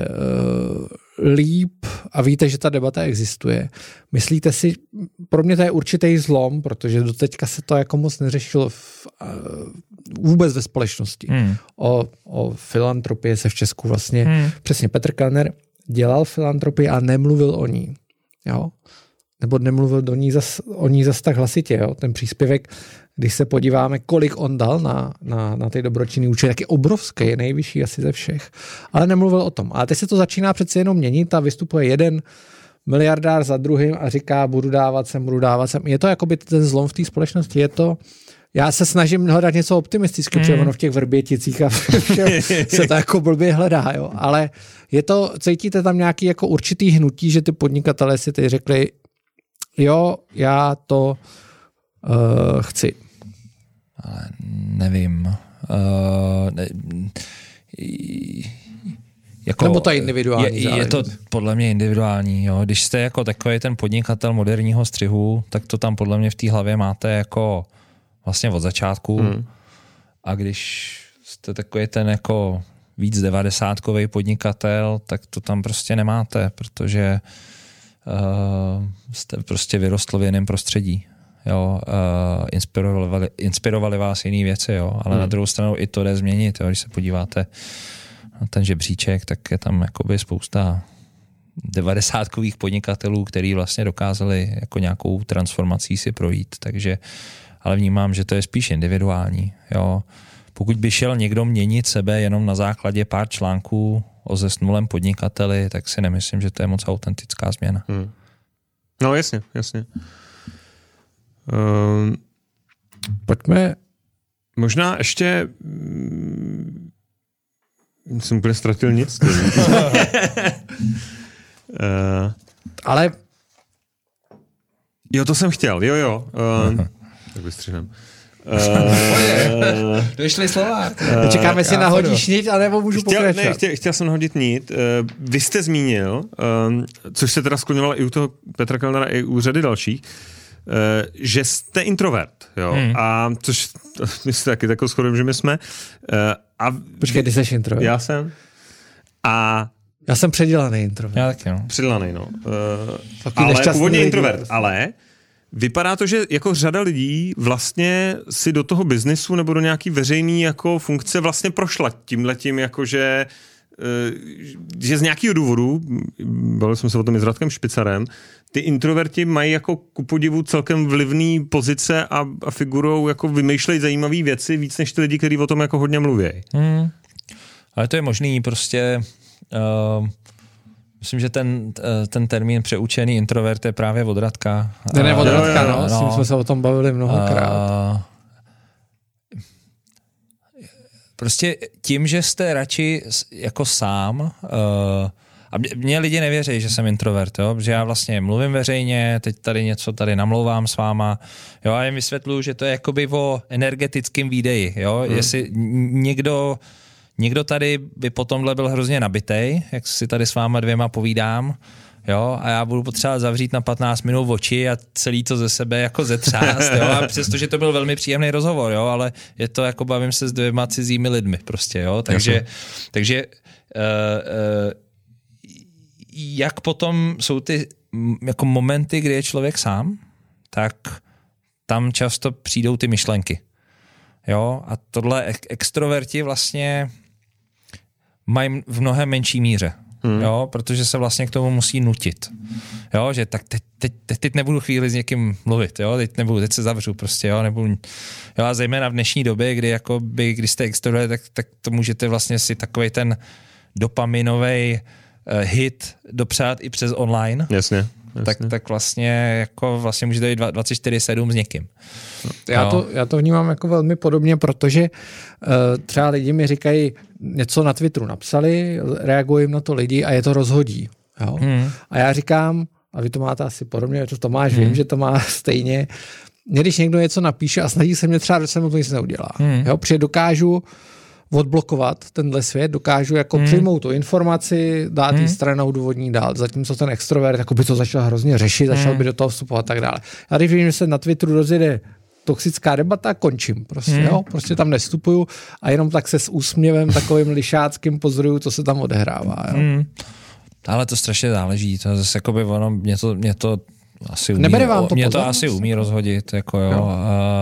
líp a víte, že ta debata existuje. Myslíte si, pro mě to je určitý zlom, protože doteďka se to jako moc neřešilo vůbec ve společnosti. O filantropii se v Česku vlastně, přesně Petr Kellner dělal filantropii a nemluvil o ní. Jo? Nebo nemluvil o ní zas tak hlasitě. Jo? Ten příspěvek, když se podíváme, kolik on dal na ty dobročinný účely, tak je obrovský, je nejvyšší asi ze všech. Ale nemluvil o tom. Ale teď se to začíná přeci jenom měnit a vystupuje jeden miliardár za druhým a říká, budu dávat sem. Je to jakoby ten zlom v té společnosti. Je to, já se snažím hledat něco optimistického, protože ono v těch Vrběticích a se to jako blbě hledá. Jo? Ale je to, cítíte tam nějaký jako určitý hnutí, že ty podnikatelé si teď řekli, jo, já to chci. Ale nevím. Jako, nebo to je individuální? Je to podle mě individuální. Jo. Když jste jako takový ten podnikatel moderního střihu, tak to tam podle mě v té hlavě máte jako vlastně od začátku. A když jste takový ten jako víc 90kový podnikatel, tak to tam prostě nemáte, protože jste prostě vyrostl v jiném prostředí. Jo, inspirovali vás jiné věci, jo, ale na druhou stranu i to jde změnit. Jo. Když se podíváte na ten žebříček, tak je tam jakoby spousta 90kových podnikatelů, kteří vlastně dokázali jako nějakou transformací si projít, takže ale vnímám, že to je spíš individuální. Jo. Pokud by šel někdo měnit sebe jenom na základě pár článků o zesnulém podnikateli, tak si nemyslím, že to je moc autentická změna. No jasně. Pojďme. Možná ještě jsem úplně ztratil nic. Ale... Jo, to jsem chtěl, jo. Tak vystřihnem. Došli slova. Čekáme si nahodíš nit, anebo můžu pokračovat. Chtěl jsem nahodit nit. Vy jste zmínil, což se teda skloňovalo i u toho Petra Kellnera, i u řady dalších, že jste introvert, jo, a což my se taky takovou shodujeme, že my jsme. Počkej, ty jsi introvert. Já jsem. Já jsem předělaný introvert. Já taky, no. Předělaný, no. Ale původně introvert, ale vypadá to, že jako řada lidí vlastně si do toho biznesu nebo do nějaký veřejný jako funkce vlastně prošla tímhletím, jakože že z nějakého důvodu, bavili jsme se o tom i s Radkem Špicarem, ty introverti mají jako ku podivu celkem vlivný pozice a figurou jako vymýšlejí zajímavé věci víc než ty lidi, kteří o tom jako hodně mluví. Ale to je možný, prostě myslím, že ten termín přeučený introvert je právě od Radka. Ne, od Radka, no. S tím jsme se o tom bavili mnohokrát. Prostě tím, že jste radši jako sám, a mě lidi nevěří, že jsem introvert, jo? Protože já vlastně mluvím veřejně, teď tady něco tady namlouvám s váma, jo? A jim vysvětluju, že to je jakoby o energetickém výdeji, jo? Jestli někdo tady by po tomhle byl hrozně nabitej, jak si tady s váma dvěma povídám, jo, a já budu potřebovat zavřít na 15 minut oči a celý to ze sebe jako zetřást, jo, a přestože to byl velmi příjemný rozhovor, jo, ale je to jako bavím se s dvěma cizími lidmi prostě, jo, takže jak potom jsou ty jako momenty, kdy je člověk sám, tak tam často přijdou ty myšlenky, jo, a tohle extroverti vlastně mají v mnohem menší míře. Jo, protože se vlastně k tomu musí nutit. Jo, že tak teď nebudu chvíli s někým mluvit, jo, teď se zavřu prostě, jo, nebudu, jo, a zejména v dnešní době, kdy jakoby, když jste extrovert, tak to můžete vlastně si takovej ten dopaminovej hit dopřát i přes online. Jasně. Tak vlastně jako vlastně můžete jít 24/7 s někým. Já to vnímám jako velmi podobně, protože třeba lidi mi říkají, něco na Twitteru napsali, reagují na to lidi a je to rozhodí. Jo? A já říkám, a vy to máte asi podobně, to Tomáš, vím, že to má stejně, když někdo něco napíše a snaží se mě třeba, že se mu to nic neudělá. Jo? Protože dokážu odblokovat tenhle svět, dokážu jako přijmout tu informaci, dát jí stranou důvodní dál, zatímco ten extrovert jako by to začal hrozně řešit, začal by do toho vstupovat a tak dále. Já když vím, že se na Twitteru rozjede toxická debata, končím prostě, jo, prostě tam nestupuju a jenom tak se s úsměvem takovým lišáckým pozoruju, co se tam odehrává, jo. Ale to strašně záleží, to zase jakoby ono, mě to asi umí rozhodit, jako jo,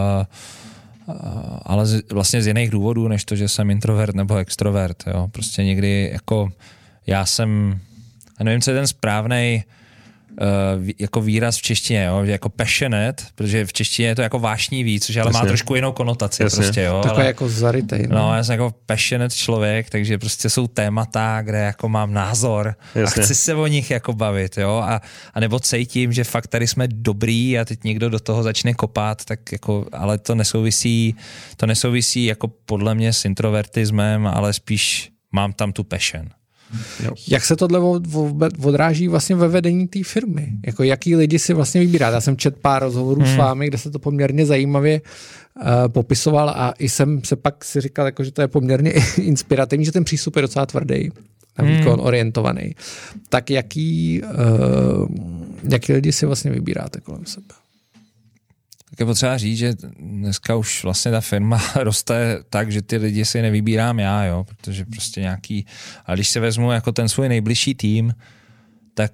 ale vlastně z jiných důvodů, než to, že jsem introvert nebo extrovert, jo. Prostě někdy jako já nevím, co je ten správnej jako výraz v češtině, jo, jako passionate, protože v češtině je to jako vášnivý, což ale má trošku jinou konotaci. Prostě, jo. Takové jako zarytej. No, já jsem jako passionate člověk, takže prostě jsou témata, kde jako mám názor a chci se o nich jako bavit, jo, a nebo cítím, že fakt tady jsme dobrý a teď někdo do toho začne kopat, tak jako, ale to nesouvisí jako podle mě s introvertismem, ale spíš mám tam tu passion. Jo. Jak se tohle odráží vlastně ve vedení té firmy? Jako jaký lidi si vlastně vybíráte? Já jsem četl pár rozhovorů s vámi, kde se to poměrně zajímavě popisoval a i jsem se pak si říkal, jako, že to je poměrně inspirativní, že ten přístup je docela tvrdý, na výkon orientovaný. Tak jaký lidi si vlastně vybíráte kolem sebe? Tak je potřeba říct, že dneska už vlastně ta firma roste tak, že ty lidi si nevybírám já, jo, protože prostě nějaký, a když se vezmu jako ten svůj nejbližší tým, tak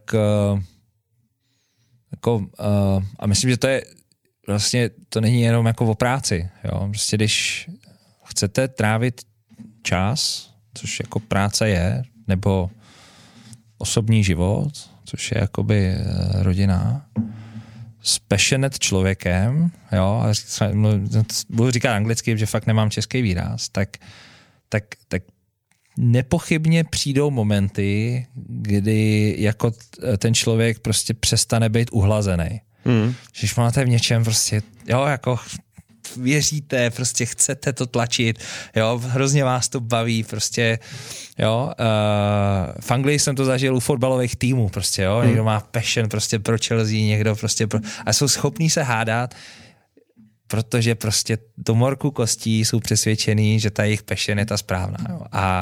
a myslím, že to je vlastně, to není jenom jako o práci, jo, prostě když chcete trávit čas, což jako práce je, nebo osobní život, což je jakoby rodina, s passionate člověkem, jo, a budu říkat anglicky, že fakt nemám český výraz, tak nepochybně přijdou momenty, kdy jako ten člověk prostě přestane být uhlazený. Když máte v něčem prostě, jo, jako věříte, prostě chcete to tlačit, jo, hrozně vás to baví, prostě, jo. V Anglii jsem to zažil u fotbalových týmů, prostě, jo, někdo má passion prostě pro Chelsea, někdo prostě a jsou schopní se hádat, protože prostě do morku kostí jsou přesvědčený, že ta jejich passion je ta správná, jo.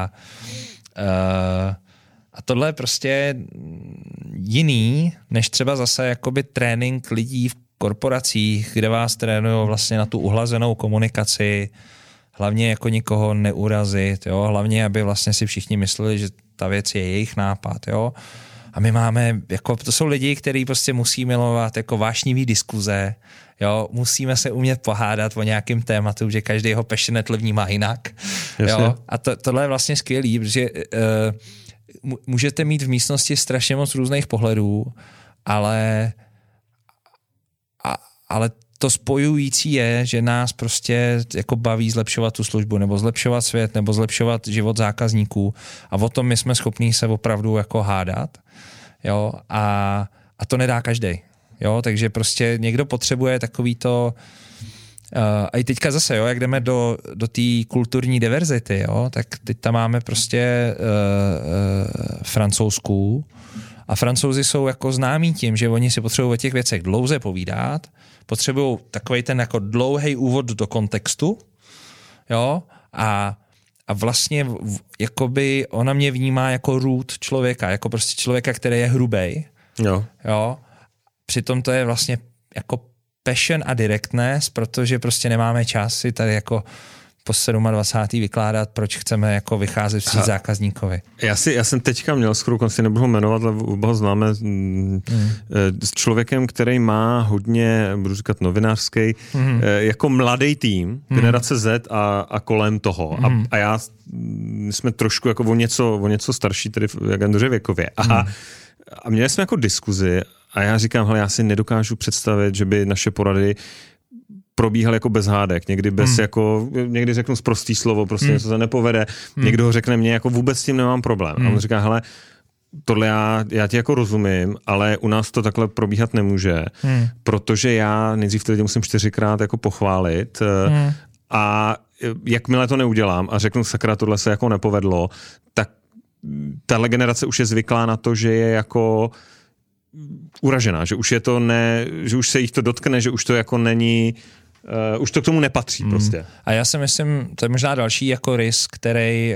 A tohle je prostě jiný, než třeba zase jakoby trénink lidí v korporacích, kde vás trénují vlastně na tu uhlazenou komunikaci, hlavně jako nikoho neurazit, jo, hlavně, aby vlastně si všichni mysleli, že ta věc je jejich nápad, jo. A my máme, jako to jsou lidi, kteří prostě musí milovat jako vášnivý diskuze, jo, musíme se umět pohádat o nějakým tématu, že každý ho passionate vnímá jinak, jo. A tohle je vlastně skvělý, protože můžete mít v místnosti strašně moc různých pohledů, ale to spojující je, že nás prostě jako baví zlepšovat tu službu, nebo zlepšovat svět, nebo zlepšovat život zákazníků a o tom my jsme schopní se opravdu jako hádat, jo, a to nedá každej, jo, takže prostě někdo potřebuje takový to a i teďka zase, jo, jak jdeme do té kulturní diverzity, jo, tak teď tam máme prostě francouzskou a Francouzi jsou jako známí tím, že oni si potřebují o těch věcech dlouze povídat, potřebují takovej ten jako dlouhý úvod do kontextu, jo, a vlastně jakoby ona mě vnímá jako root člověka, jako prostě člověka, který je hrubej, jo, přitom to je vlastně jako passion a directness, protože prostě nemáme čas si tady jako po 27. vykládat, proč chceme jako vycházet vstříc zákazníkovi. Já jsem teďka měl skoro konci, nebudu ho jmenovat, ale ho známe s člověkem, který má hodně, budu říkat novinářský, jako mladý tým, generace Z a kolem toho. A jsme trošku jako o něco starší, tedy v agentuře věkově. A měli jsme jako diskuzi a já říkám, hele, já si nedokážu představit, že by naše porady probíhal jako bez hádek, někdy bez jako, někdy řeknu sprostý slovo, prostě něco se nepovede, někdo ho řekne mně, jako vůbec s tím nemám problém. A on říká, hele, tohle já ti jako rozumím, ale u nás to takhle probíhat nemůže, protože já nejdřív ty lidi musím 4krát jako pochválit a jakmile to neudělám a řeknu, sakra, tohle se jako nepovedlo, tak tahle generace už je zvyklá na to, že je jako uražená, že už je to že už se jich to dotkne, že už to jako není, už to k tomu nepatří prostě. A já si myslím, to je možná další jako risk, který,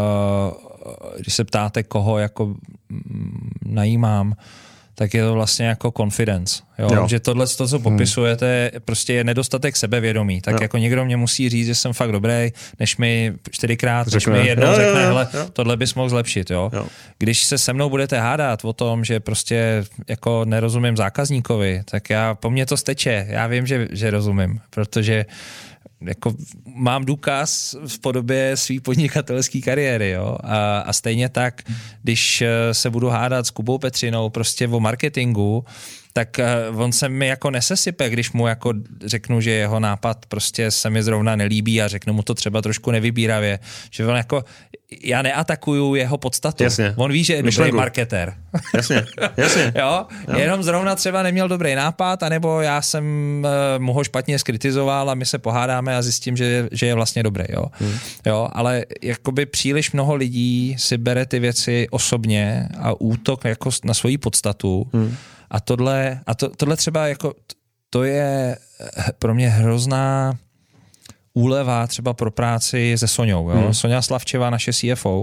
když se ptáte, koho jako najímám, tak je to vlastně jako confidence. Jo? Že tohle, co popisujete, prostě je nedostatek sebevědomí. Tak jako někdo mě musí říct, že jsem fakt dobrý, než mi 4krát, než mi jednou řekne, hele, tohle bys mohl zlepšit. Jo? Když se se mnou budete hádat o tom, že prostě jako nerozumím zákazníkovi, tak po mně to steče. Já vím, že rozumím, protože jako mám důkaz v podobě své podnikatelské kariéry, jo? A stejně tak, když se budu hádat s Kubou Petřinou prostě o marketingu, tak on se mi jako nesesype, když mu jako řeknu, že jeho nápad prostě se mi zrovna nelíbí a řeknu mu to třeba trošku nevybíravě, že on jako, já neatakuju jeho podstatu. Jasně. On ví, že je dobrý marketér. Jasně. Jo? Jenom zrovna třeba neměl dobrý nápad, anebo já jsem mu ho špatně skritizoval a my se pohádáme a zjistím, že je vlastně dobrý. Jo? Jo? Ale jakoby příliš mnoho lidí si bere ty věci osobně a útok jako na svoji podstatu. A tohle třeba jako, to je pro mě hrozná úleva třeba pro práci se Soňou. Jo? Soňa Slavčeva, naše CFO,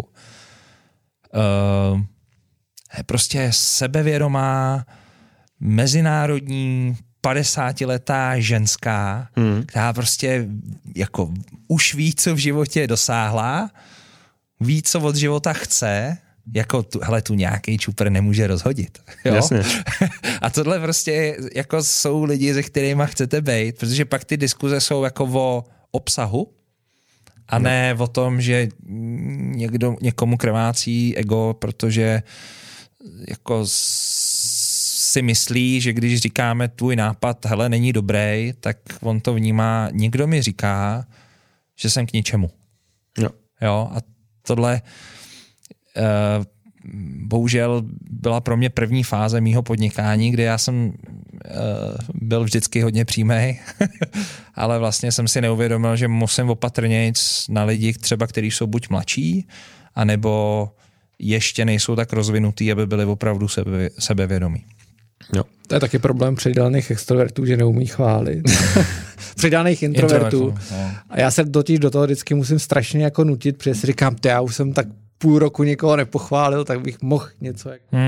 prostě sebevědomá, mezinárodní, 50letá ženská, která prostě jako už ví, co v životě dosáhla, ví, co od života chce, jako tu nějaký čupr nemůže rozhodit. Jo? Jasně. A tohle prostě jako jsou lidi, se kterýma chcete bejt, protože pak ty diskuze jsou jako o obsahu a ne o tom, že někomu krvácí ego, protože jako si myslí, že když říkáme tvůj nápad, hele, není dobrý, tak on to vnímá, někdo mi říká, že jsem k ničemu. Jo? A tohle bohužel byla pro mě první fáze mýho podnikání, kde já jsem byl vždycky hodně přímej, ale vlastně jsem si neuvědomil, že musím opatrnějc na lidi třeba, kteří jsou buď mladší, anebo ještě nejsou tak rozvinutý, aby byli opravdu sebevědomí. Jo. To je taky problém přidělaných extrovertů, že neumí chválit. Přidaných introvertů. A já se totiž do toho vždycky musím strašně jako nutit, protože si říkám, já už jsem tak půl roku nikoho nepochválil, tak bych mohl něco.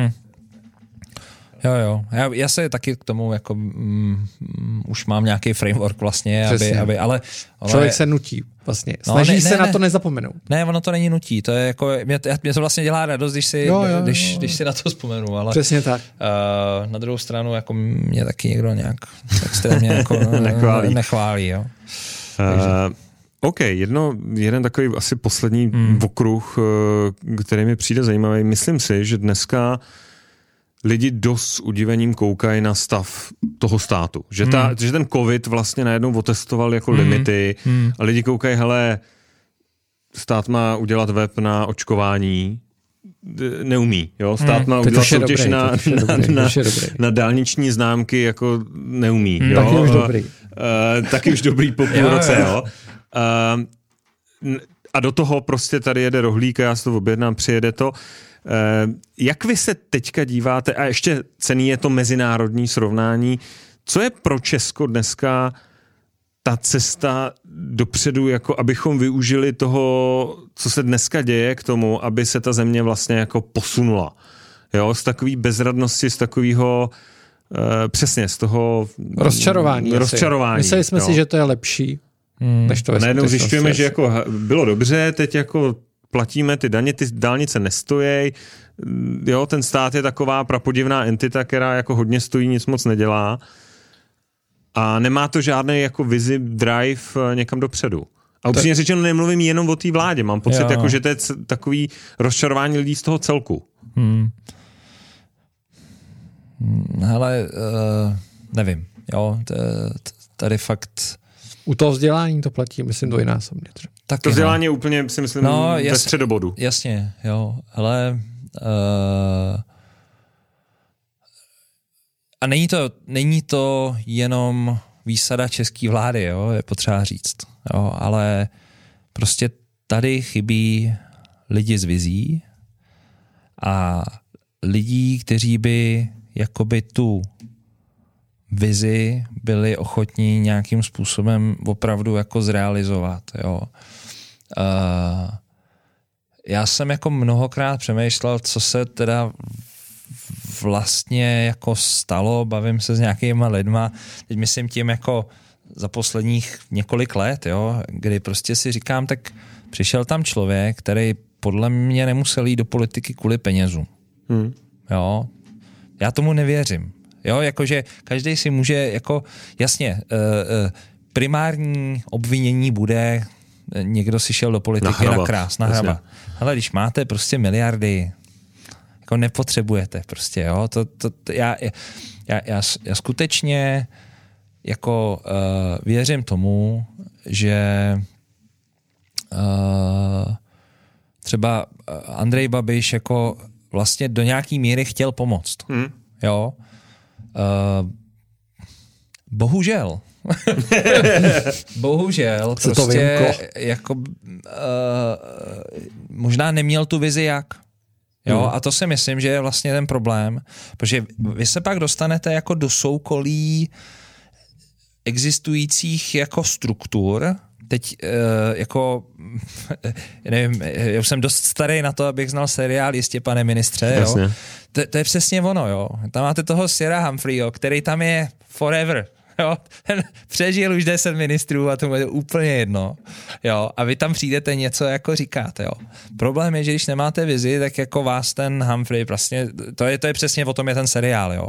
Jo. Já se taky k tomu jako už mám nějaký framework vlastně, ale člověk se nutí vlastně. Snaží se na to nezapomenout. Ne, ono to není nutí. To je jako, mě to vlastně dělá radost, když si na to vzpomenu, ale přesně tak. Na druhou stranu jako mě taky někdo nějak extrémně jako nechválí, jo. OK, jeden takový asi poslední okruh, který mi přijde zajímavý. Myslím si, že dneska lidi dost s udivením koukají na stav toho státu. Že ten covid vlastně najednou otestoval jako limity a lidi koukají, hele, stát má udělat web na očkování, neumí. Jo? Stát má udělat soutěž na dálniční známky, jako neumí. Jo? Taky už dobrý. Taky už dobrý po půl roce. Jo? A do toho prostě tady jede rohlík a já si to objednám, přijede to. Jak vy se teďka díváte, a ještě cenný je to mezinárodní srovnání, co je pro Česko dneska ta cesta dopředu, jako abychom využili toho, co se dneska děje k tomu, aby se ta země vlastně jako posunula. Jo, z takový bezradnosti, z takového přesně, z toho rozčarování. Mysleli jsme si, že to je lepší, než to je. Najednou zjišťujeme, že jako bylo dobře, teď jako platíme ty daně, ty dálnice nestojí, jo, ten stát je taková prapodivná entita, která jako hodně stojí, nic moc nedělá a nemá to žádný jako vizi, drive někam dopředu. A upřímně řečeno nemluvím jenom o té vládě, mám pocit, jako, že to je takový rozčarování lidí z toho celku. Hele, nevím, jo, tady fakt... U toho vzdělání to platí, myslím, dvojnásobně třeba. Taky, to vzdělání je úplně, si myslím, ve středobodu. Jasně, jo, ale a není to jenom výsada české vlády, jo, je potřeba říct, jo, ale prostě tady chybí lidi z vizí a lidí, kteří by jakoby tu vizi byli ochotní nějakým způsobem opravdu jako zrealizovat, jo. Já jsem jako mnohokrát přemýšlel, co se teda vlastně jako stalo, bavím se s nějakýma lidma, teď myslím tím jako za posledních několik let, jo, kdy prostě si říkám, tak přišel tam člověk, který podle mě nemusel jít do politiky kvůli penězům. Jo, já tomu nevěřím. Jo, jakože každý si může, jako jasně, primární obvinění bude, někdo si šel do politiky na hraba. Ale když máte prostě miliardy, jako nepotřebujete prostě, jo, já skutečně jako věřím tomu, že třeba Andrej Babiš jako vlastně do nějaký míry chtěl pomoct, jo. Bohužel prostě jako možná neměl tu vizi jak. Jo, a to si myslím, že je vlastně ten problém, protože vy se pak dostanete jako do soukolí existujících jako struktur. Teď jako, nevím, já už jsem dost starý na to, abych znal seriál Jistě, pane ministře, jo. To je přesně ono, jo. Tam máte toho Sira Humphreyho, který tam je forever, jo. Ten přežil už 10 ministrů a tomu je úplně jedno, jo. A vy tam přijdete něco jako říkáte, jo. Problém je, že když nemáte vizi, tak jako vás ten Humphrey vlastně, to je přesně o tom je ten seriál, jo.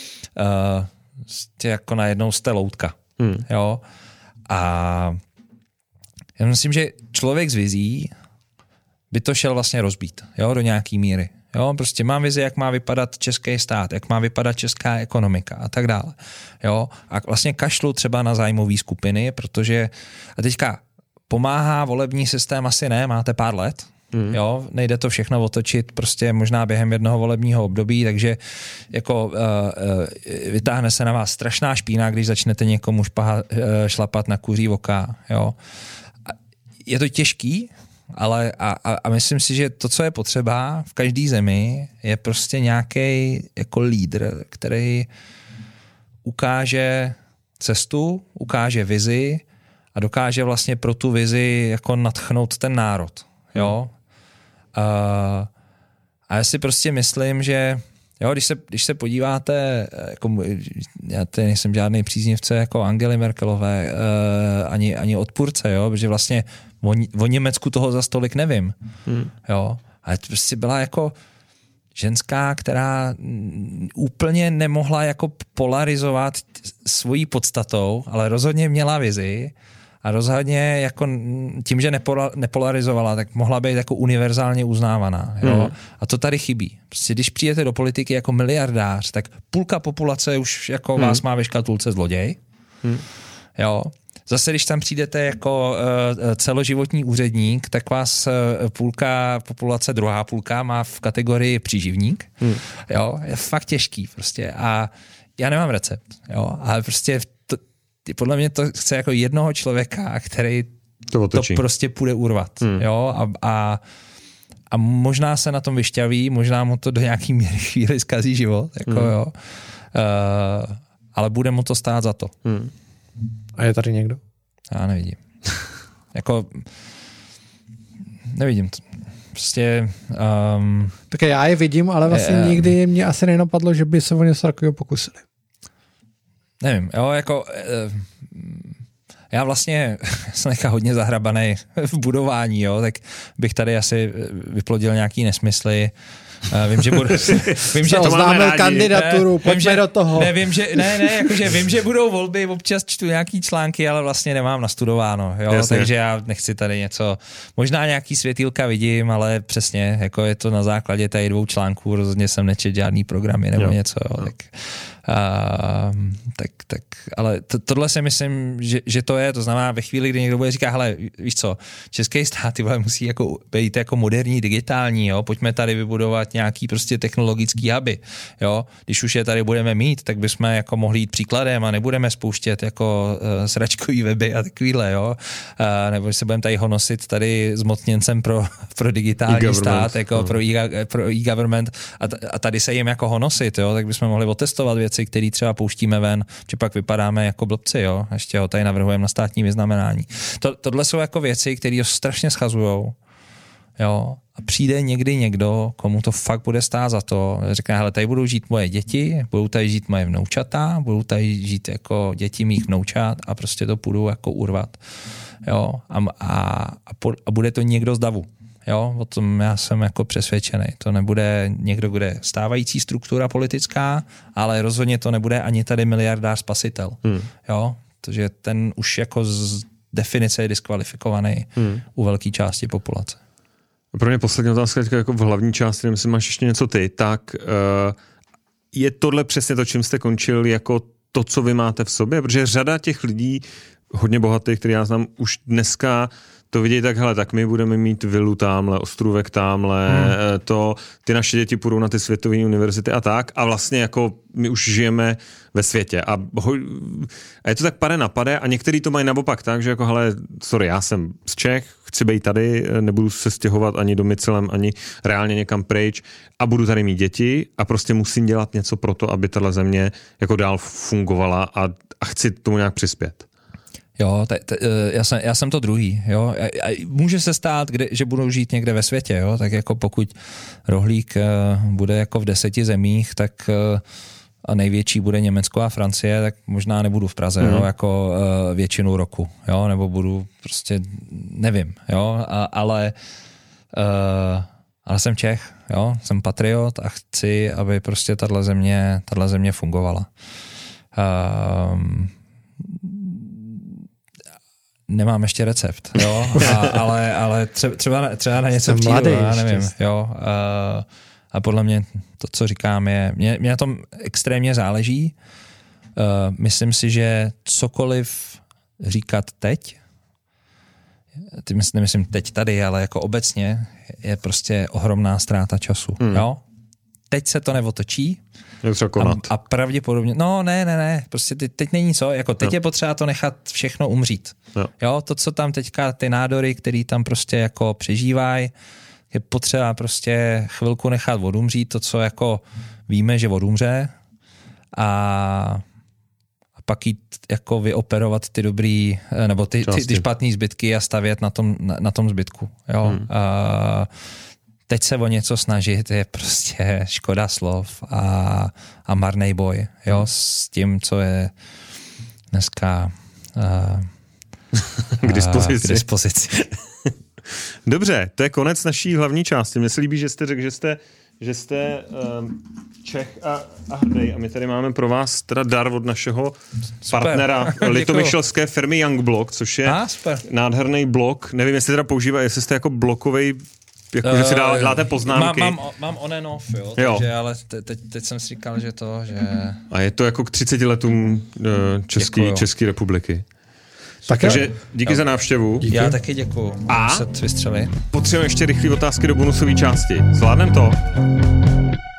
Jako najednou jste loutka, jo. A já myslím, že člověk s vizí by to šel vlastně rozbít, jo, do nějaký míry. Jo, prostě mám vizi, jak má vypadat český stát, jak má vypadat česká ekonomika a tak dále. Jo, a vlastně kašlu třeba na zájmové skupiny, protože a teďka pomáhá volební systém asi ne, máte pár let, Jo, nejde to všechno otočit prostě možná během jednoho volebního období, takže jako vytáhne se na vás strašná špína, když začnete někomu šlapat na kuří oka. Jo. Je to těžký, ale a myslím si, že to, co je potřeba v každé zemi, je prostě nějaký jako lídr, který ukáže cestu, ukáže vizi a dokáže vlastně pro tu vizi jako nadchnout ten národ. Jo? A já si prostě myslím, že jo, když se podíváte, jako, já tady nejsem žádný příznivce jako Angely Merkelové, ani odpůrce, jo, protože vlastně o Německu toho za stolik nevím. Jo, ale to prostě byla jako ženská, která úplně nemohla jako polarizovat svojí podstatou, ale rozhodně měla vizi a rozhodně jako tím, že nepolarizovala, tak mohla být jako univerzálně uznávaná. Jo? A to tady chybí. Prostě když přijete do politiky jako miliardář, tak půlka populace už jako vás má ve škatulce zloděj. Jo? Zase, když tam přijdete jako celoživotní úředník, tak vás půlka populace, druhá půlka má v kategorii příživník. Jo? Je fakt těžký prostě. A já nemám recept. Jo? Ale prostě podle mě to chce jako jednoho člověka, který to prostě půjde urvat. Jo? A možná se na tom vyšťaví, možná mu to do nějaký míry chvíli zkazí život. Jako, jo. Ale bude mu to stát za to. A je tady někdo? Já nevidím. Jako nevidím to. Prostě tak já je vidím, ale vlastně nikdy mě asi nenapadlo, že by se o něco takového pokusili. Nevím, jo, jako já vlastně jsem nechal hodně zahrabanej v budování, jo, tak bych tady asi vyplodil nějaký nesmysly. Vím, že to máme kandidaturu, pojďme do toho. Vím, že budou volby, občas čtu nějaký články, ale vlastně nemám nastudováno, jo, takže já nechci tady něco, možná nějaký světýlka vidím, ale přesně, jako je to na základě tady 2 článků, rozhodně jsem nečetl žádný programy nebo něco, jo, tak ale tohle si myslím, že to je, to znamená ve chvíli, kdy někdo bude říkat, hele, víš co, české státy musí jako být jako moderní, digitální, jo, pojďme tady vybudovat nějaký prostě technologický huby, jo, když už je tady budeme mít, tak bychom jako mohli jít příkladem a nebudeme spouštět jako sračkový weby a takovýhle, jo, nebo se budeme tady honosit tady zmocněncem pro digitální stát, jako pro e-government a tady se jim jako honosit, jo, tak bychom mohli otestovat věci, které třeba pouštíme ven, že pak vypadáme jako blbci, jo, ještě ho tady navrhujeme na státní vyznamenání. Tohle jsou jako věci, které ho strašně schazujou, jo, a přijde někdy někdo, komu to fakt bude stát za to, řekne, hele, tady budou žít moje děti, budou tady žít moje vnoučata, budou tady žít jako děti mých vnoučat a prostě to půjdu jako urvat, jo, a bude to někdo z davu. Jo, o tom já jsem jako přesvědčený. To nebude někdo, kdo je stávající struktura politická, ale rozhodně to nebude ani tady miliardář spasitel. Jo, protože ten už jako z definice je diskvalifikovaný u velké části populace. Pro mě poslední otázka jako v hlavní části, nevím, jestli máš ještě něco ty, tak je tohle přesně to, čím jste končil, jako to, co vy máte v sobě? Protože řada těch lidí, hodně bohatých, který já znám, už dneska to vidějí tak, hele, tak my budeme mít vilu tamhle, ostrůvek tamhle, ty naše děti půjdou na ty světové univerzity a tak a vlastně jako my už žijeme ve světě a je to tak pade na pade a některý to mají naopak tak, že jako hele, sorry, já jsem z Čech, chci být tady, nebudu se stěhovat ani domicilem, ani reálně někam pryč a budu tady mít děti a prostě musím dělat něco pro to, aby tahle země jako dál fungovala a chci tomu nějak přispět. Jo, já jsem to druhý, jo. Může se stát, že budou žít někde ve světě, jo, tak jako pokud rohlík bude jako v 10 zemích, tak a největší bude Německo a Francie, tak možná nebudu v Praze, jo, jako většinu roku, jo, nebo budu prostě, nevím, jo, ale jsem Čech, jo, jsem patriot a chci, aby prostě tato země fungovala. Nemám ještě recept, jo, ale třeba na něco přijdu, já nevím, jo. A podle mě to, co říkám, mě na tom extrémně záleží. Myslím si, že cokoliv říkat teď, nemyslím teď tady, ale jako obecně, je prostě ohromná ztráta času. Jo? Teď se to neotočí a pravděpodobně, ne, prostě teď není co, jako teď je potřeba to nechat všechno umřít. Jo, to, co tam teďka, ty nádory, který tam prostě jako přežívají, je potřeba prostě chvilku nechat odumřít, to, co jako víme, že odumře a pak jít jako vyoperovat ty dobrý, nebo ty špatný zbytky a stavět na tom zbytku. Jo. Teď se o něco snažit je prostě škoda slov a marnej boj, jo, s tím, co je dneska k dispozici. Dobře, to je konec naší hlavní části. Mně se líbí, že jste řekl, že jste Čech a hrdý a my tady máme pro vás teda dar od našeho partnera litomyšlské firmy Youngblock, což je nádherný blok. Nevím, jestli teda používá, jestli jste jako blokovej, jako že si dáte poznámky. Mám on and off, jo. Takže, ale teď jsem si říkal, že to, že... A je to jako k 30 letům České republiky. Takže díky za návštěvu. Díky. Já taky děkuju. A potřebujeme ještě rychlé otázky do bonusové části. Zvládneme to?